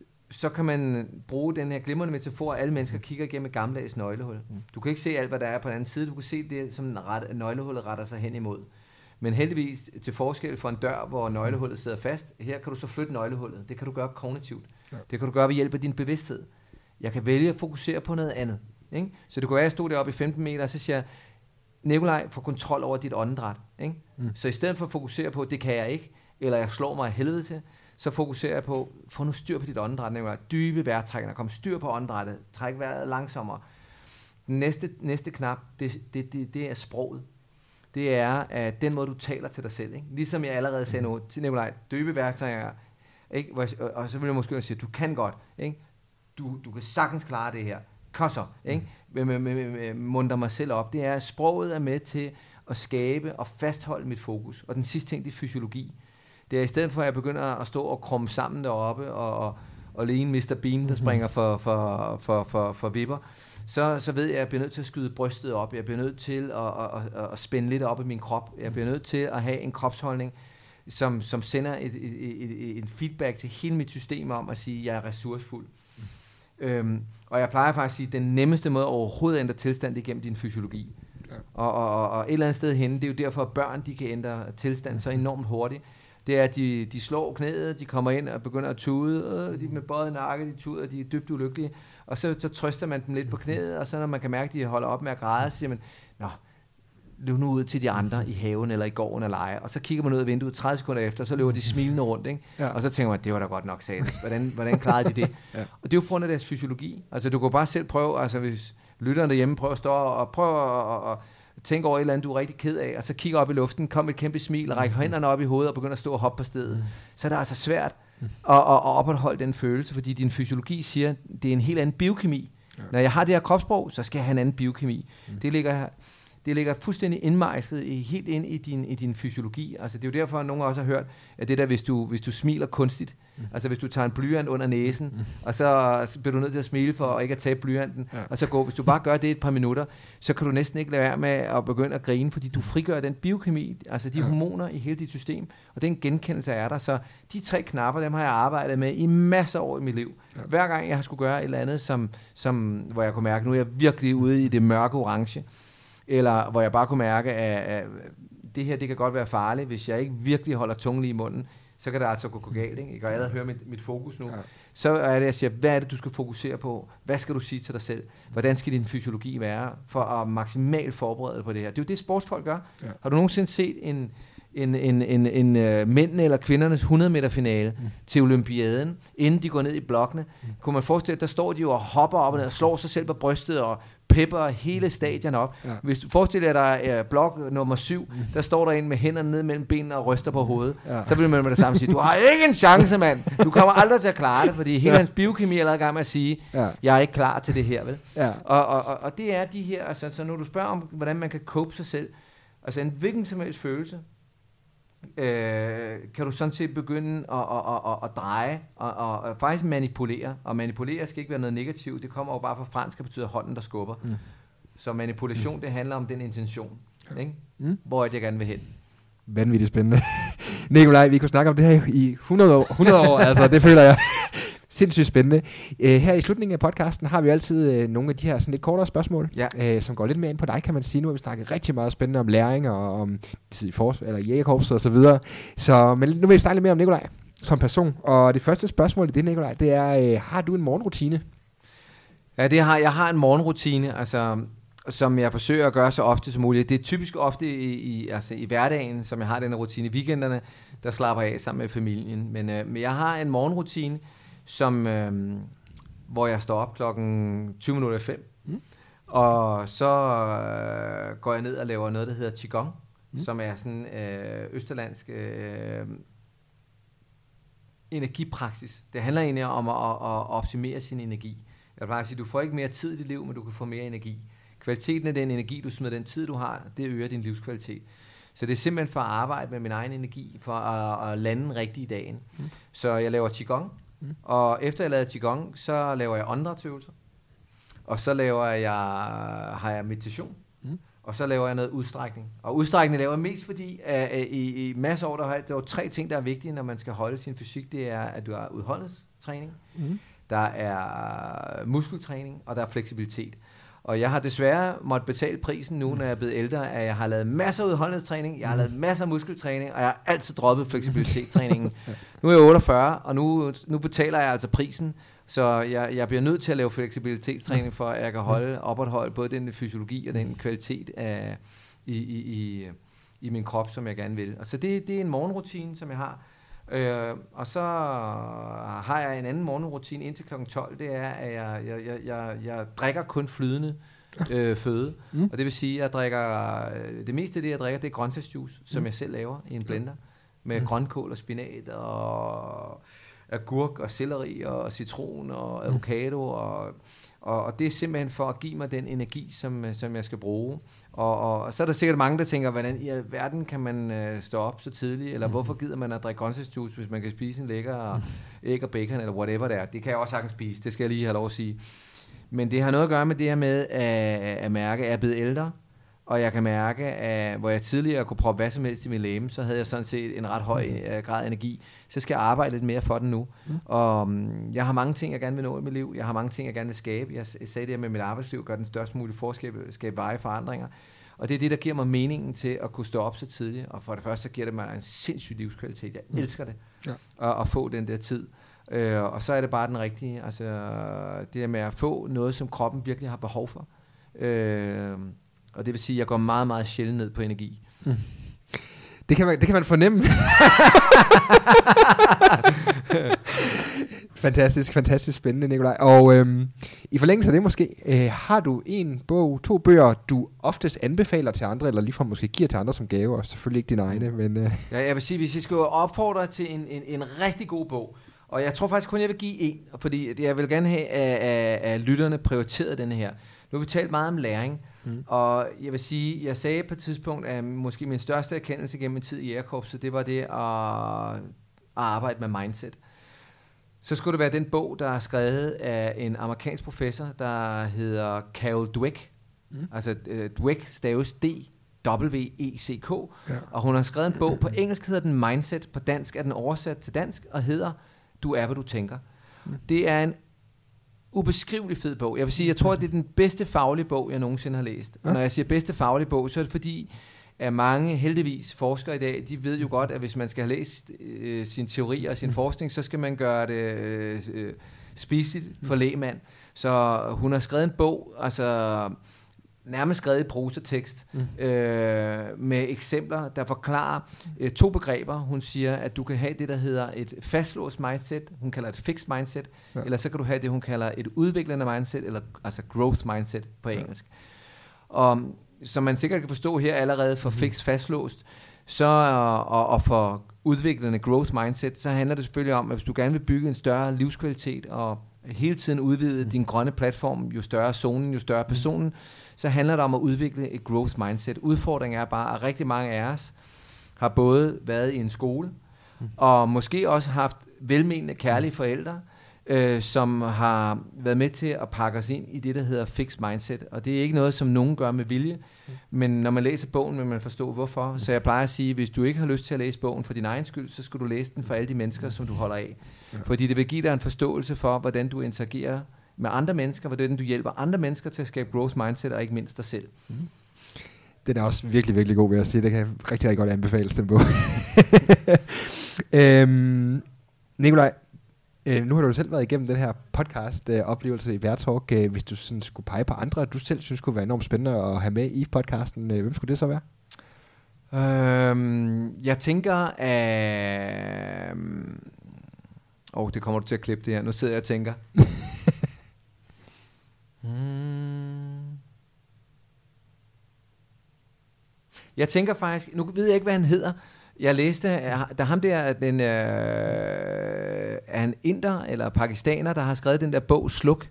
så kan man bruge den her glimrende metafor, at alle mennesker kigger igennem et gammeldags nøglehul. Mm. Du kan ikke se alt, hvad der er på den anden side. Du kan se det, som ret, nøglehullet retter sig hen imod. Men heldigvis til forskel for en dør, hvor nøglehullet sidder fast, her kan du så flytte nøglehullet. Det kan du gøre kognitivt. Ja. Det kan du gøre ved hjælp af din bevidsthed. Jeg kan vælge at fokusere på noget andet. Ikke? Så det kunne være, at jeg stod deroppe i femten meter, og så siger jeg, Nikolaj, få kontrol over dit åndedræt. Ikke? Mm. Så i stedet for at fokusere på, det kan jeg ikke, eller jeg slår mig af helvede til, så fokuserer jeg på, få nu styr på dit åndedræt, Nikolaj. Dybe vejrtrækninger, kom styr på åndedrættet, træk vejret langsommere. Den næste, næste knap, det, det, det, det er sproget. Det er at den måde, du taler til dig selv. Ikke? Ligesom jeg allerede sagde nu til Nikolaj, dybe vejrtrækninger, ikke? Og, og så vil jeg måske sige, du kan godt, ikke? Du, du kan sagtens klare det her. Kosser, ikke? Munter mig selv op. Det er, at sproget er med til at skabe og fastholde mit fokus. Og den sidste ting, det er fysiologi. Det er i stedet for, at jeg begynder at stå og krumme sammen deroppe, og, og, og ligne mister Bean, der springer for, for, for, for, for vipper, så, så ved jeg, at jeg bliver nødt til at skyde brystet op. Jeg bliver nødt til at, at, at, at spænde lidt op i min krop. Jeg bliver nødt til at have en kropsholdning, som, som sender et, et, et, et feedback til hele mit system om at sige, at jeg er ressourcefuld. Mm. Øhm, og jeg plejer faktisk at sige, at den nemmeste måde overhovedet at ændre tilstand, igennem din fysiologi. Ja. Og, og, og et eller andet sted henne, det er jo derfor, at børn de kan ændre tilstand så enormt hurtigt. Det er, at de, de slår knæet, de kommer ind og begynder at tude, øh, de med bøjet nakke, de tuder, de er dybt ulykkelige. Og så, så trøster man dem lidt på knæet, og så når man kan mærke, at de holder op med at græde, så siger man, nå, løb nu ud til de andre i haven eller i gården og lege. Og så kigger man ud af vinduet tredive sekunder efter, og så løber de smilende rundt. Ikke? Ja. Og så tænker man, det var da godt nok satans. Hvordan, hvordan klarede de det? Ja. Og det er jo på grund af deres fysiologi. Altså du kan bare selv prøve, altså hvis lytterne derhjemme prøver at stå og prøve at, at tænke over et eller andet, du er rigtig ked af, og så kigger op i luften, kom et kæmpe smil, og rækker hænderne op i hovedet og begynder at stå og hoppe på stedet. Så er det altså svært at, at, at opretholde den følelse, fordi din fysiologi siger, det er en helt anden biokemi. Ja. Når jeg har det her kropssprog, så skal jeg have en anden biokemi. Mm. Det ligger Det ligger fuldstændig indmejslet i, helt ind i din, i din fysiologi. Altså, det er jo derfor, at nogen også har hørt, at det der, hvis du, hvis du smiler kunstigt, mm. altså hvis du tager en blyant under næsen, mm. og så, så bliver du nødt til at smile for at ikke at tabe blyanten, ja. og så gå. Hvis du bare gør det et par minutter, så kan du næsten ikke lade være med at begynde at grine, fordi du frigør den biokemi, altså de ja. hormoner i hele dit system, og den genkendelse er der. Så de tre knapper, dem har jeg arbejdet med i masser af år i mit liv. Ja. Hver gang jeg har skulle gøre et eller andet, som, som, hvor jeg kunne mærke, nu er jeg virkelig ude i det mørke orange, eller hvor jeg bare kunne mærke, at, at det her, det kan godt være farligt, hvis jeg ikke virkelig holder tungen lige i munden, så kan det altså gå, gå galt, ikke? Jeg kan allerede høre mit, mit fokus nu. Ja. Så er det, jeg siger, hvad er det, du skal fokusere på? Hvad skal du sige til dig selv? Hvordan skal din fysiologi være for at maksimalt forberede dig på det her? Det er jo det, sportsfolk gør. Ja. Har du nogensinde set en, en, en, en, en uh, mændene eller kvindernes hundrede meter finale mm. til Olympiaden, inden de går ned i blokkene? Mm. Kunne man forestille, at der står de jo og hopper op og ned og slår sig selv på brystet og pepper hele stadion op. Ja. Hvis du forestiller dig, at der er blok nummer syv, mm. der står der en med hænderne ned mellem benene og ryster på hovedet, ja. så vil man med det samme sige, du har ikke en chance, mand. Du kommer aldrig til at klare det, fordi hele ja. hans biokemi er allerede i gang med at sige, ja. jeg er ikke klar til det her, vel? Ja. Og, og, og, og det er de her, altså, så når du spørger om, hvordan man kan cope sig selv, altså en hvilken som helst følelse, Øh, kan du sådan set begynde at, at, at, at dreje og, og, og faktisk manipulere. Og manipulere skal ikke være noget negativt. Det kommer jo bare fra fransk og betyder hånden, der skubber. Mm. Så manipulation, mm. det handler om den intention, ikke? Mm. Hvor er det, jeg gerne vil hen. Vanvittigt spændende. Nikolaj, vi kunne snakke om det her i hundrede år. hundrede år, altså det føler jeg. Sindssygt spændende. Uh, her i slutningen af podcasten har vi altid uh, nogle af de her sådan lidt kortere spørgsmål, ja. uh, som går lidt mere ind på dig, kan man sige. Nu har vi snakket rigtig meget spændende om læring og om tid i fors- eller jægerkorpset og så videre. Så men nu vil vi snakke lidt mere om Nikolaj som person. Og det første spørgsmål i det, Nikolaj, det er, uh, har du en morgenrutine? Ja, det har, jeg har en morgenrutine, altså, som jeg forsøger at gøre så ofte som muligt. Det er typisk ofte i, i, altså, i hverdagen, som jeg har den rutine. I weekenderne, der slapper jeg af sammen med familien. Men, uh, men jeg har en morgenrutine, som, øh, hvor jeg står op klokken tyve minutter i fem, mm. og så øh, går jeg ned og laver noget, der hedder Qigong, mm. som er sådan øh, østerlandsk øh, energipraksis. Det handler egentlig om at, at, at optimere sin energi. Jeg vil bare sige, du får ikke mere tid i dit liv, men du kan få mere energi. Kvaliteten af den energi, du smider, den tid, du har, det øger din livskvalitet. Så det er simpelthen for at arbejde med min egen energi, for at, at lande rigtig i dagen. Mm. Så jeg laver Qigong, Mm. og efter jeg lavede Qigong, så laver jeg åndedrætsøvelser, og så laver jeg, har jeg meditation, mm. og så laver jeg noget udstrækning. Og udstrækning laver jeg mest, fordi uh, i, i masser af år, der har der er tre ting, der er vigtige, når man skal holde sin fysik. Det er, at du har udholdenhedstræning, mm. der er muskeltræning, og der er fleksibilitet. Og jeg har desværre måttet betale prisen nu, når jeg er blevet ældre, at jeg har lavet masser af udholdenhedstræning, jeg har lavet masser af muskeltræning, og jeg har altid droppet fleksibilitetstræningen. Nu er jeg otteogfyrre, og nu, nu betaler jeg altså prisen, så jeg, jeg bliver nødt til at lave fleksibilitetstræning, for at jeg kan holde, opretholde både den fysiologi og den kvalitet af, i, i, i, i min krop, som jeg gerne vil. Og så det, det er en morgenrutine, som jeg har. Øh, og så har jeg en anden morgenrutine indtil klokken tolv. Det er, at jeg, jeg, jeg, jeg, jeg drikker kun flydende øh, føde. Mm. Og det vil sige, at jeg drikker, det meste af det, jeg drikker, det er grøntsagsjuice, som mm. jeg selv laver i en blender. Med mm. grønkål og spinat og agurk og selleri og citron og avocado. Og, og, og det er simpelthen for at give mig den energi, som, som jeg skal bruge. Og, og, og så er der sikkert mange, der tænker, hvordan i alverden kan man øh, stå op så tidligt, eller mm. hvorfor gider man at drikke grøntsagsjuice, hvis man kan spise en lækker mm. æg og bacon, eller whatever det er. Det kan jeg også sagtens spise, det skal jeg lige have lov at sige. Men det har noget at gøre med det her med at, at mærke, at jeg er blevet ældre, og jeg kan mærke, at hvor jeg tidligere kunne proppe hvad som helst i min læme, så havde jeg sådan set en ret høj uh, grad af energi. Så skal jeg arbejde lidt mere for den nu. Mm. Og um, jeg har mange ting, jeg gerne vil nå i mit liv. Jeg har mange ting, jeg gerne vil skabe. Jeg, jeg sagde det her med mit arbejdsliv, gør den størst mulige forskel, skabe veje forandringer. Og det er det, der giver mig meningen til at kunne stå op så tidligt. Og for det første, så giver det mig en sindssyg livskvalitet. Jeg mm. elsker det. Ja. At, at få den der tid. Uh, og så er det bare den rigtige. Altså det der med at få noget, som kroppen virkelig har behov for. Uh, Og det vil sige, at jeg går meget, meget sjældent ned på energi. Mm. Det, kan man, det kan man fornemme. Fantastisk, fantastisk spændende, Nikolaj. Og øhm, i forlængelse af det måske, øh, har du en bog, to bøger, du oftest anbefaler til andre, eller ligefrem måske giver til andre som gave, og selvfølgelig ikke dine egne, men... Øh. Ja, jeg vil sige, hvis jeg skal opfordre til en, en, en rigtig god bog, og jeg tror faktisk kun, jeg vil give en, fordi jeg vil gerne have, at, at, at lytterne prioriterer denne her. Nu har vi talt meget om læring, mm. og jeg vil sige, jeg sagde på et tidspunkt, at måske min største erkendelse gennem min tid i jægerkorpset, det var det at, at arbejde med mindset. Så skulle det være den bog, der er skrevet af en amerikansk professor, der hedder Carol Dweck. Mm. Altså uh, Dweck staves D W E C K, ja. Og hun har skrevet en bog, på engelsk hedder den Mindset, på dansk er den oversat til dansk, og hedder Du er, hvad du tænker. Mm. Det er en ubeskrivelig fed bog. Jeg vil sige, jeg tror, at det er den bedste faglige bog, jeg nogensinde har læst. Og når jeg siger bedste faglige bog, så er det fordi, at mange heldigvis forskere i dag, de ved jo godt, at hvis man skal have læst øh, sin teori og sin forskning, så skal man gøre det øh, spiseligt for lægmand. Så hun har skrevet en bog, altså nærmest skrevet i prosatekst, mm. øh, med eksempler, der forklarer øh, to begreber. Hun siger, at du kan have det, der hedder et fastlåst mindset, hun kalder et fixed mindset, ja. Eller så kan du have det, hun kalder et udviklende mindset, eller altså growth mindset på engelsk. Ja. Og som man sikkert kan forstå her allerede for fixed fastlåst, så og, og for udviklende growth mindset, så handler det selvfølgelig om, at hvis du gerne vil bygge en større livskvalitet og hele tiden udvide mm. din grønne platform, jo større zonen, jo større personen, mm. så handler det om at udvikle et growth mindset. Udfordringen er bare, at rigtig mange af os har både været i en skole, mm. og måske også haft velmenende, kærlige forældre, øh, som har været med til at pakke os ind i det, der hedder fixed mindset. Og det er ikke noget, som nogen gør med vilje, mm. men når man læser bogen, vil man forstå, hvorfor. Mm. Så jeg plejer at sige, hvis du ikke har lyst til at læse bogen for din egen skyld, så skal du læse den for alle de mennesker, som du holder af. Ja. Fordi det vil give dig en forståelse for, hvordan du interagerer med andre mennesker, hvordan du hjælper andre mennesker til at skabe growth mindset, og ikke mindst dig selv. Mm. Den er også virkelig, virkelig god, vil jeg sige. Det kan jeg rigtig, rigtig godt anbefales, den bog. øhm, Nikolaj, øh, nu har du selv været igennem den her podcast-oplevelse øh, i Bærtalk. Øh, hvis du sådan skulle pege på andre, du selv synes kunne være enormt spændende at have med i podcasten, øh, hvem skulle det så være? Øhm, jeg tænker, at... Åh, oh, det kommer du til at klippe det her. Nu sidder jeg og tænker... Hmm. Jeg tænker faktisk, nu ved jeg ikke, hvad han hedder. Jeg læste, der ham der, den, øh, er han inder eller pakistaner, der har skrevet den der bog, Sluk.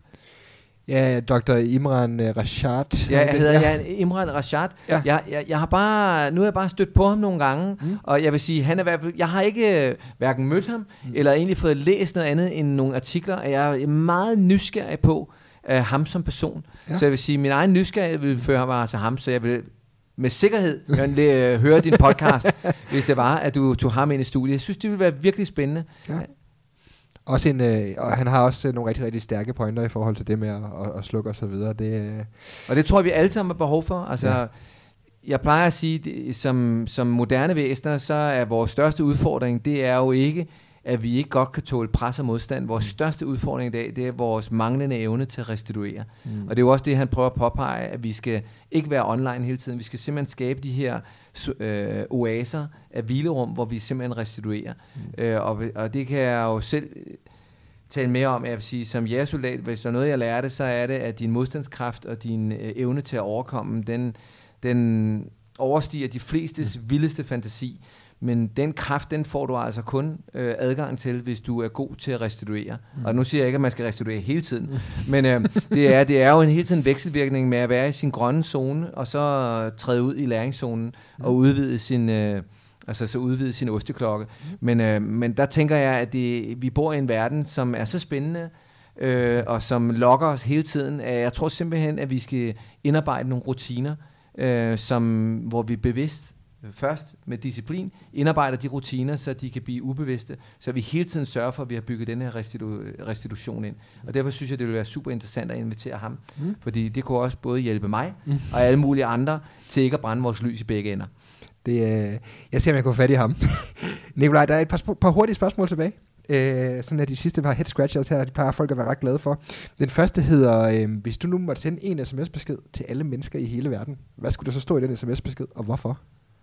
Ja, doktor Imran uh, Rashad. Ja, jeg hedder ja. Ja, Imran Rashad. Ja. Jeg, jeg, jeg har bare, nu har jeg bare stødt på ham nogle gange, mm. og jeg vil sige, han er i hvert fald, jeg har ikke uh, hverken mødt ham, mm. eller egentlig fået læst noget andet end nogle artikler, og jeg er meget nysgerrig på uh, ham som person. Ja. Så jeg vil sige, min egen nysgerrighed vil føre mig til ham, så jeg vil med sikkerhed uh, høre din podcast, hvis det var, at du tog ham ind i studiet. Jeg synes, det ville være virkelig spændende. Ja. Også en, øh, og han har også øh, nogle rigtig, rigtig stærke pointer i forhold til det med at, at, at slukke og så videre. Det, øh. Og det tror jeg, vi alle sammen har behov for. Altså, ja. Jeg plejer at sige, det, som, som moderne væsener, så er vores største udfordring, det er jo ikke, at vi ikke godt kan tåle pres og modstand. Vores største udfordring i dag, det er vores manglende evne til at restituere. Mm. Og det er jo også det, han prøver at påpege, at vi skal ikke være online hele tiden. Vi skal simpelthen skabe de her øh, oaser af hvilerum, hvor vi simpelthen restituerer. Mm. Øh, og, og det kan jeg jo selv tale mere om. Jeg vil sige, som jægersoldat, hvis der er noget, jeg lærte, så er det, at din modstandskraft og din øh, evne til at overkomme, den, den overstiger de flestes mm. vildeste fantasi. Men den kraft, den får du altså kun øh, adgang til, hvis du er god til at restituere. Mm. Og nu siger jeg ikke, at man skal restituere hele tiden. Mm. Men øh, det, er, det er jo en hele tiden vekselvirkning med at være i sin grønne zone, og så træde ud i læringszonen, mm. og udvide sin, øh, altså, så udvide sin osteklokke. Mm. Men, øh, men der tænker jeg, at det, vi bor i en verden, som er så spændende, øh, og som lokker os hele tiden. Jeg tror simpelthen, at vi skal indarbejde nogle rutiner, øh, som, hvor vi bevidst først med disciplin indarbejder de rutiner, så de kan blive ubevidste, så vi hele tiden sørger for, at vi har bygget den her restitu- restitution ind. Og derfor synes jeg, det vil være super interessant at invitere ham, mm. fordi det kunne også både hjælpe mig mm. og alle mulige andre til ikke at brænde vores lys i begge ender. Det, øh, jeg ser, om jeg kan få fat i ham. Nikolaj, der er et par, par hurtige spørgsmål tilbage. Øh, sådan er de sidste par head scratchers her, de plejer folk at være ret glade for. Den første hedder, øh, hvis du nu måtte sende en sms-besked til alle mennesker i hele verden, hvad skulle der så stå i den sms-besked, og hvorfor?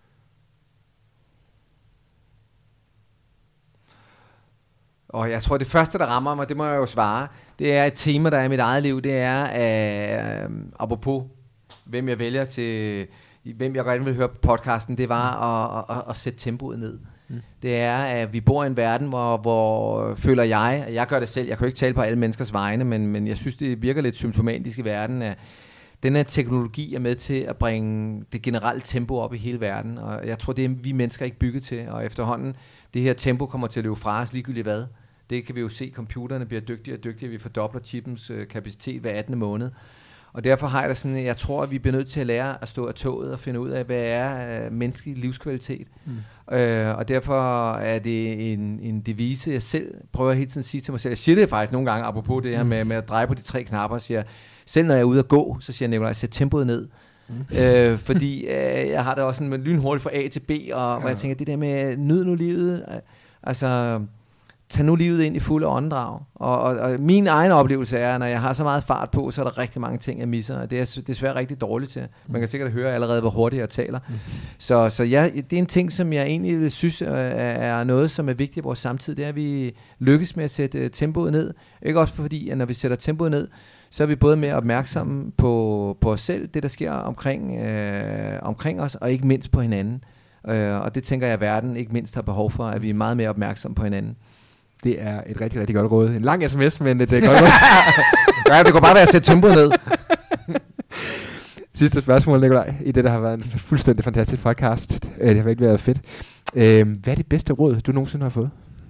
Og jeg tror, det første, der rammer mig, det må jeg jo svare, det er et tema, der er i mit eget liv, det er, øh, apropos, hvem jeg vælger til, hvem jeg gerne vil høre på podcasten, det var at, at, at sætte tempoet ned. Mm. Det er, at vi bor i en verden, hvor, hvor føler jeg, jeg gør det selv, jeg kan jo ikke tale på alle menneskers vegne, men, men jeg synes, det virker lidt symptomatisk i verden, at den her teknologi er med til at bringe det generelle tempo op i hele verden, og jeg tror, det er vi mennesker ikke bygget til, og efterhånden, det her tempo kommer til at løbe fra os ligegyldigt hvad. Det kan vi jo se, computerne bliver dygtigere og dygtigere, vi fordobler chipens øh, kapacitet hver attende måned. Og derfor har jeg da sådan, jeg tror, at vi bliver nødt til at lære at stå af toget og finde ud af, hvad er øh, menneskelig livskvalitet. Mm. Øh, og derfor er det en, en devise, jeg selv prøver hele tiden at sige til mig selv. Jeg siger det faktisk nogle gange, apropos det her med, med at dreje på de tre knapper, og siger, selv når jeg er ude at gå, så siger jeg, Nikolaj, sæt tempoet ned. Mm. Mm. Øh, fordi øh, jeg har det også sådan lynhurtigt fra A til B, og ja. hvor jeg tænker, det der med, nyd nu livet, øh, altså... Tag nu livet ind i fuld åndedrag. Og, og, og min egen oplevelse er, når jeg har så meget fart på, så er der rigtig mange ting, jeg misser. Og det er desværre rigtig dårligt til. Man kan sikkert høre allerede, hvor hurtigt jeg taler. Mm. Så, så ja, det er en ting, som jeg egentlig synes er noget, som er vigtigt i vores samtid. Det er, at vi lykkes med at sætte tempoet ned. Ikke også fordi, at når vi sætter tempoet ned, så er vi både mere opmærksomme på, på os selv, det der sker omkring, øh, omkring os, og ikke mindst på hinanden. Øh, og det tænker jeg, at verden ikke mindst har behov for, at vi er meget mere opmærksomme på hinanden. Det er et rigtig, rigtig godt råd. En lang sms, men et uh, godt råd. Ja, det kunne bare være at sætte tempoet ned. Sidste spørgsmål, Nikolaj, i det, der har været en fuldstændig fantastisk podcast. Uh, det har virkelig været fedt. Uh, hvad er det bedste råd, du nogensinde har fået?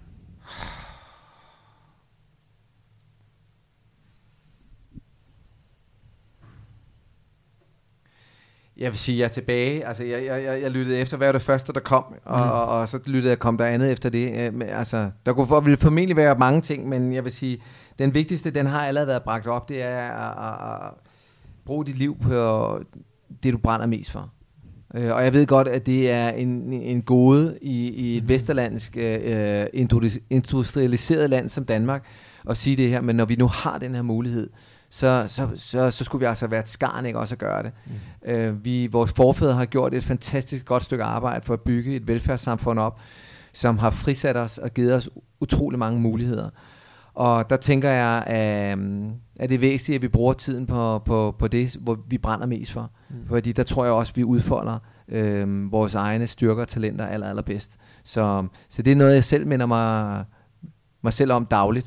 Jeg vil sige, jeg er tilbage. Altså, jeg, jeg, jeg lyttede efter, hvad var det første, der kom, og, mm. og, og så lyttede jeg, kom der andet efter det. Altså, der kunne for, ville formentlig være mange ting, men jeg vil sige, den vigtigste, den har allerede været bragt op, det er at, at, at bruge dit liv på det, du brænder mest for. Uh, og jeg ved godt, at det er en, en gode i, i et mm. vesterlandsk uh, industrialiseret land som Danmark at sige det her, men når vi nu har den her mulighed, Så, så, så, så skulle vi altså være et skarn, ikke også at gøre det. Mm. Øh, vi, vores forfædre har gjort et fantastisk godt stykke arbejde for at bygge et velfærdssamfund op, som har frisat os og givet os utrolig mange muligheder. Og der tænker jeg, at, at det er væsentligt, at vi bruger tiden på, på, på det, hvor vi brænder mest for. Mm. Fordi der tror jeg også, at vi udfolder øh, vores egne styrker og talenter aller, allerbedst. Så, så det er noget, jeg selv minder mig, mig selv om dagligt.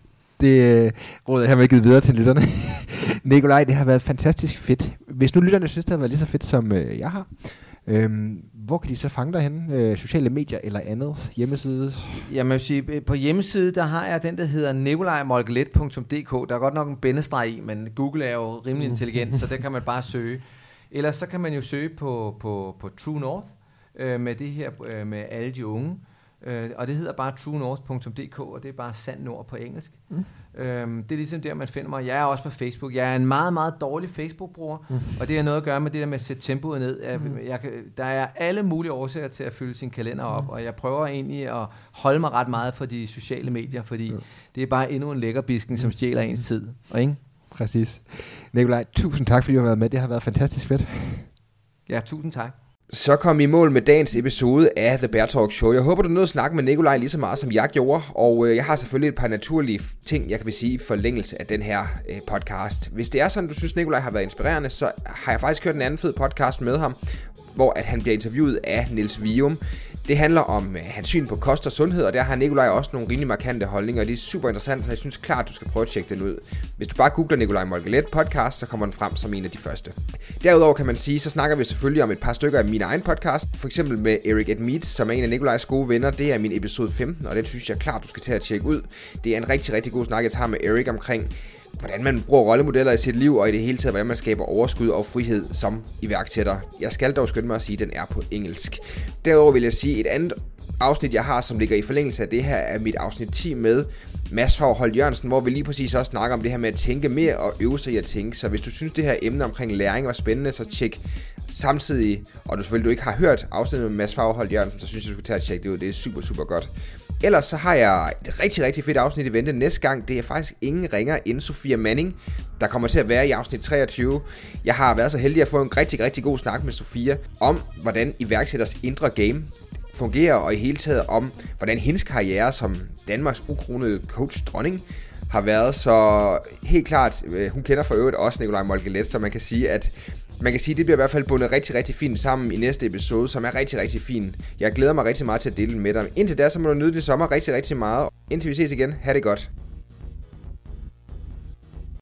Det råd jeg har med givet videre til lytterne. Nikolaj, det har været fantastisk fedt. Hvis nu lytterne synes, det har været lige så fedt, som øh, jeg har, øhm, hvor kan de så fange dig henne? Øh, sociale medier eller andet? Hjemmeside? Jamen, jeg vil sige, på hjemmeside, der har jeg den, der hedder nikolaj molkelet punktum d k. Der er godt nok en bindestreg i, men Google er jo rimelig intelligent, så det kan man bare søge. Ellers så kan man jo søge på, på, på True North, øh, med det her, øh, med alle de unge. Uh, og det hedder bare true north punktum d k, og det er bare sand nord på engelsk. Mm. Uh, det er ligesom der, man finder mig. Jeg er også på Facebook. Jeg er en meget, meget dårlig Facebook-bruger, mm. og det har noget at gøre med det der med at sætte tempoet ned. Jeg, mm. jeg kan, der er alle mulige årsager til at fylde sin kalender op, mm. og jeg prøver egentlig at holde mig ret meget for de sociale medier, fordi mm. det er bare endnu en lækkerbisken, som stjæler ens tid. Og ikke? Præcis. Nikolaj, tusind tak, fordi du har været med. Det har været fantastisk fedt. Ja, tusind tak. Så kom vi i mål med dagens episode af The Bear Talk Show. Jeg håber, du nåede at snakke med Nikolaj lige så meget, som jeg gjorde. Og øh, jeg har selvfølgelig et par naturlige ting, jeg kan sige i forlængelse af den her øh, podcast. Hvis det er sådan, du synes, Nikolaj har været inspirerende, så har jeg faktisk hørt en anden fed podcast med ham, hvor at han bliver interviewet af Niels Vium. Det handler om øh, hans syn på kost og sundhed, og der har Nikolaj også nogle rimelig markante holdninger, og det er super interessant, så jeg synes klart, du skal prøve at tjekke den ud. Hvis du bare googler Nikolaj Molkelet podcast, så kommer den frem som en af de første. Derudover kan man sige, så snakker vi selvfølgelig om et par stykker af min egen podcast, for eksempel med Eric Edmeades, som er en af Nikolajs gode venner. Det er min episode femten, og den synes jeg klart, du skal til at tjekke ud. Det er en rigtig, rigtig god snak, jeg tager med Eric omkring, hvordan man bruger rollemodeller i sit liv, og i det hele taget, hvordan man skaber overskud og frihed som iværksætter. Jeg skal dog skynde mig at sige, at den er på engelsk. Derudover vil jeg sige, et andet afsnit, jeg har, som ligger i forlængelse af det her, er mit afsnit ti med Mads Faurholt Jørgensen, hvor vi lige præcis også snakker om det her med at tænke mere og øve sig i at tænke. Så hvis du synes, det her emne omkring læring var spændende, så tjek samtidig, og du selvfølgelig du ikke har hørt afsnittet med Mads Faurholt Jørgensen, så synes jeg, du skal tage at tjekke det ud. Det er super, super godt. Ellers så har jeg et rigtig, rigtig fedt afsnit i vente næste gang. Det er faktisk ingen ringer end Sofia Manning, der kommer til at være i afsnit treogtyve. Jeg har været så heldig at få en rigtig, rigtig god snak med Sofia om, hvordan iværksætters indre game fungerer, og i hele taget om, hvordan hendes karriere som Danmarks ukronede coach-dronning har været. Så helt klart, hun kender for øvrigt også Nikolaj Molkelet, så man kan sige, at Man kan sige, at det bliver i hvert fald bundet rigtig, rigtig fint sammen i næste episode, som er rigtig, rigtig fin. Jeg glæder mig rigtig meget til at dele den med dig. Indtil da, så må du nyde din sommer rigtig, rigtig meget. Indtil vi ses igen, ha' det godt.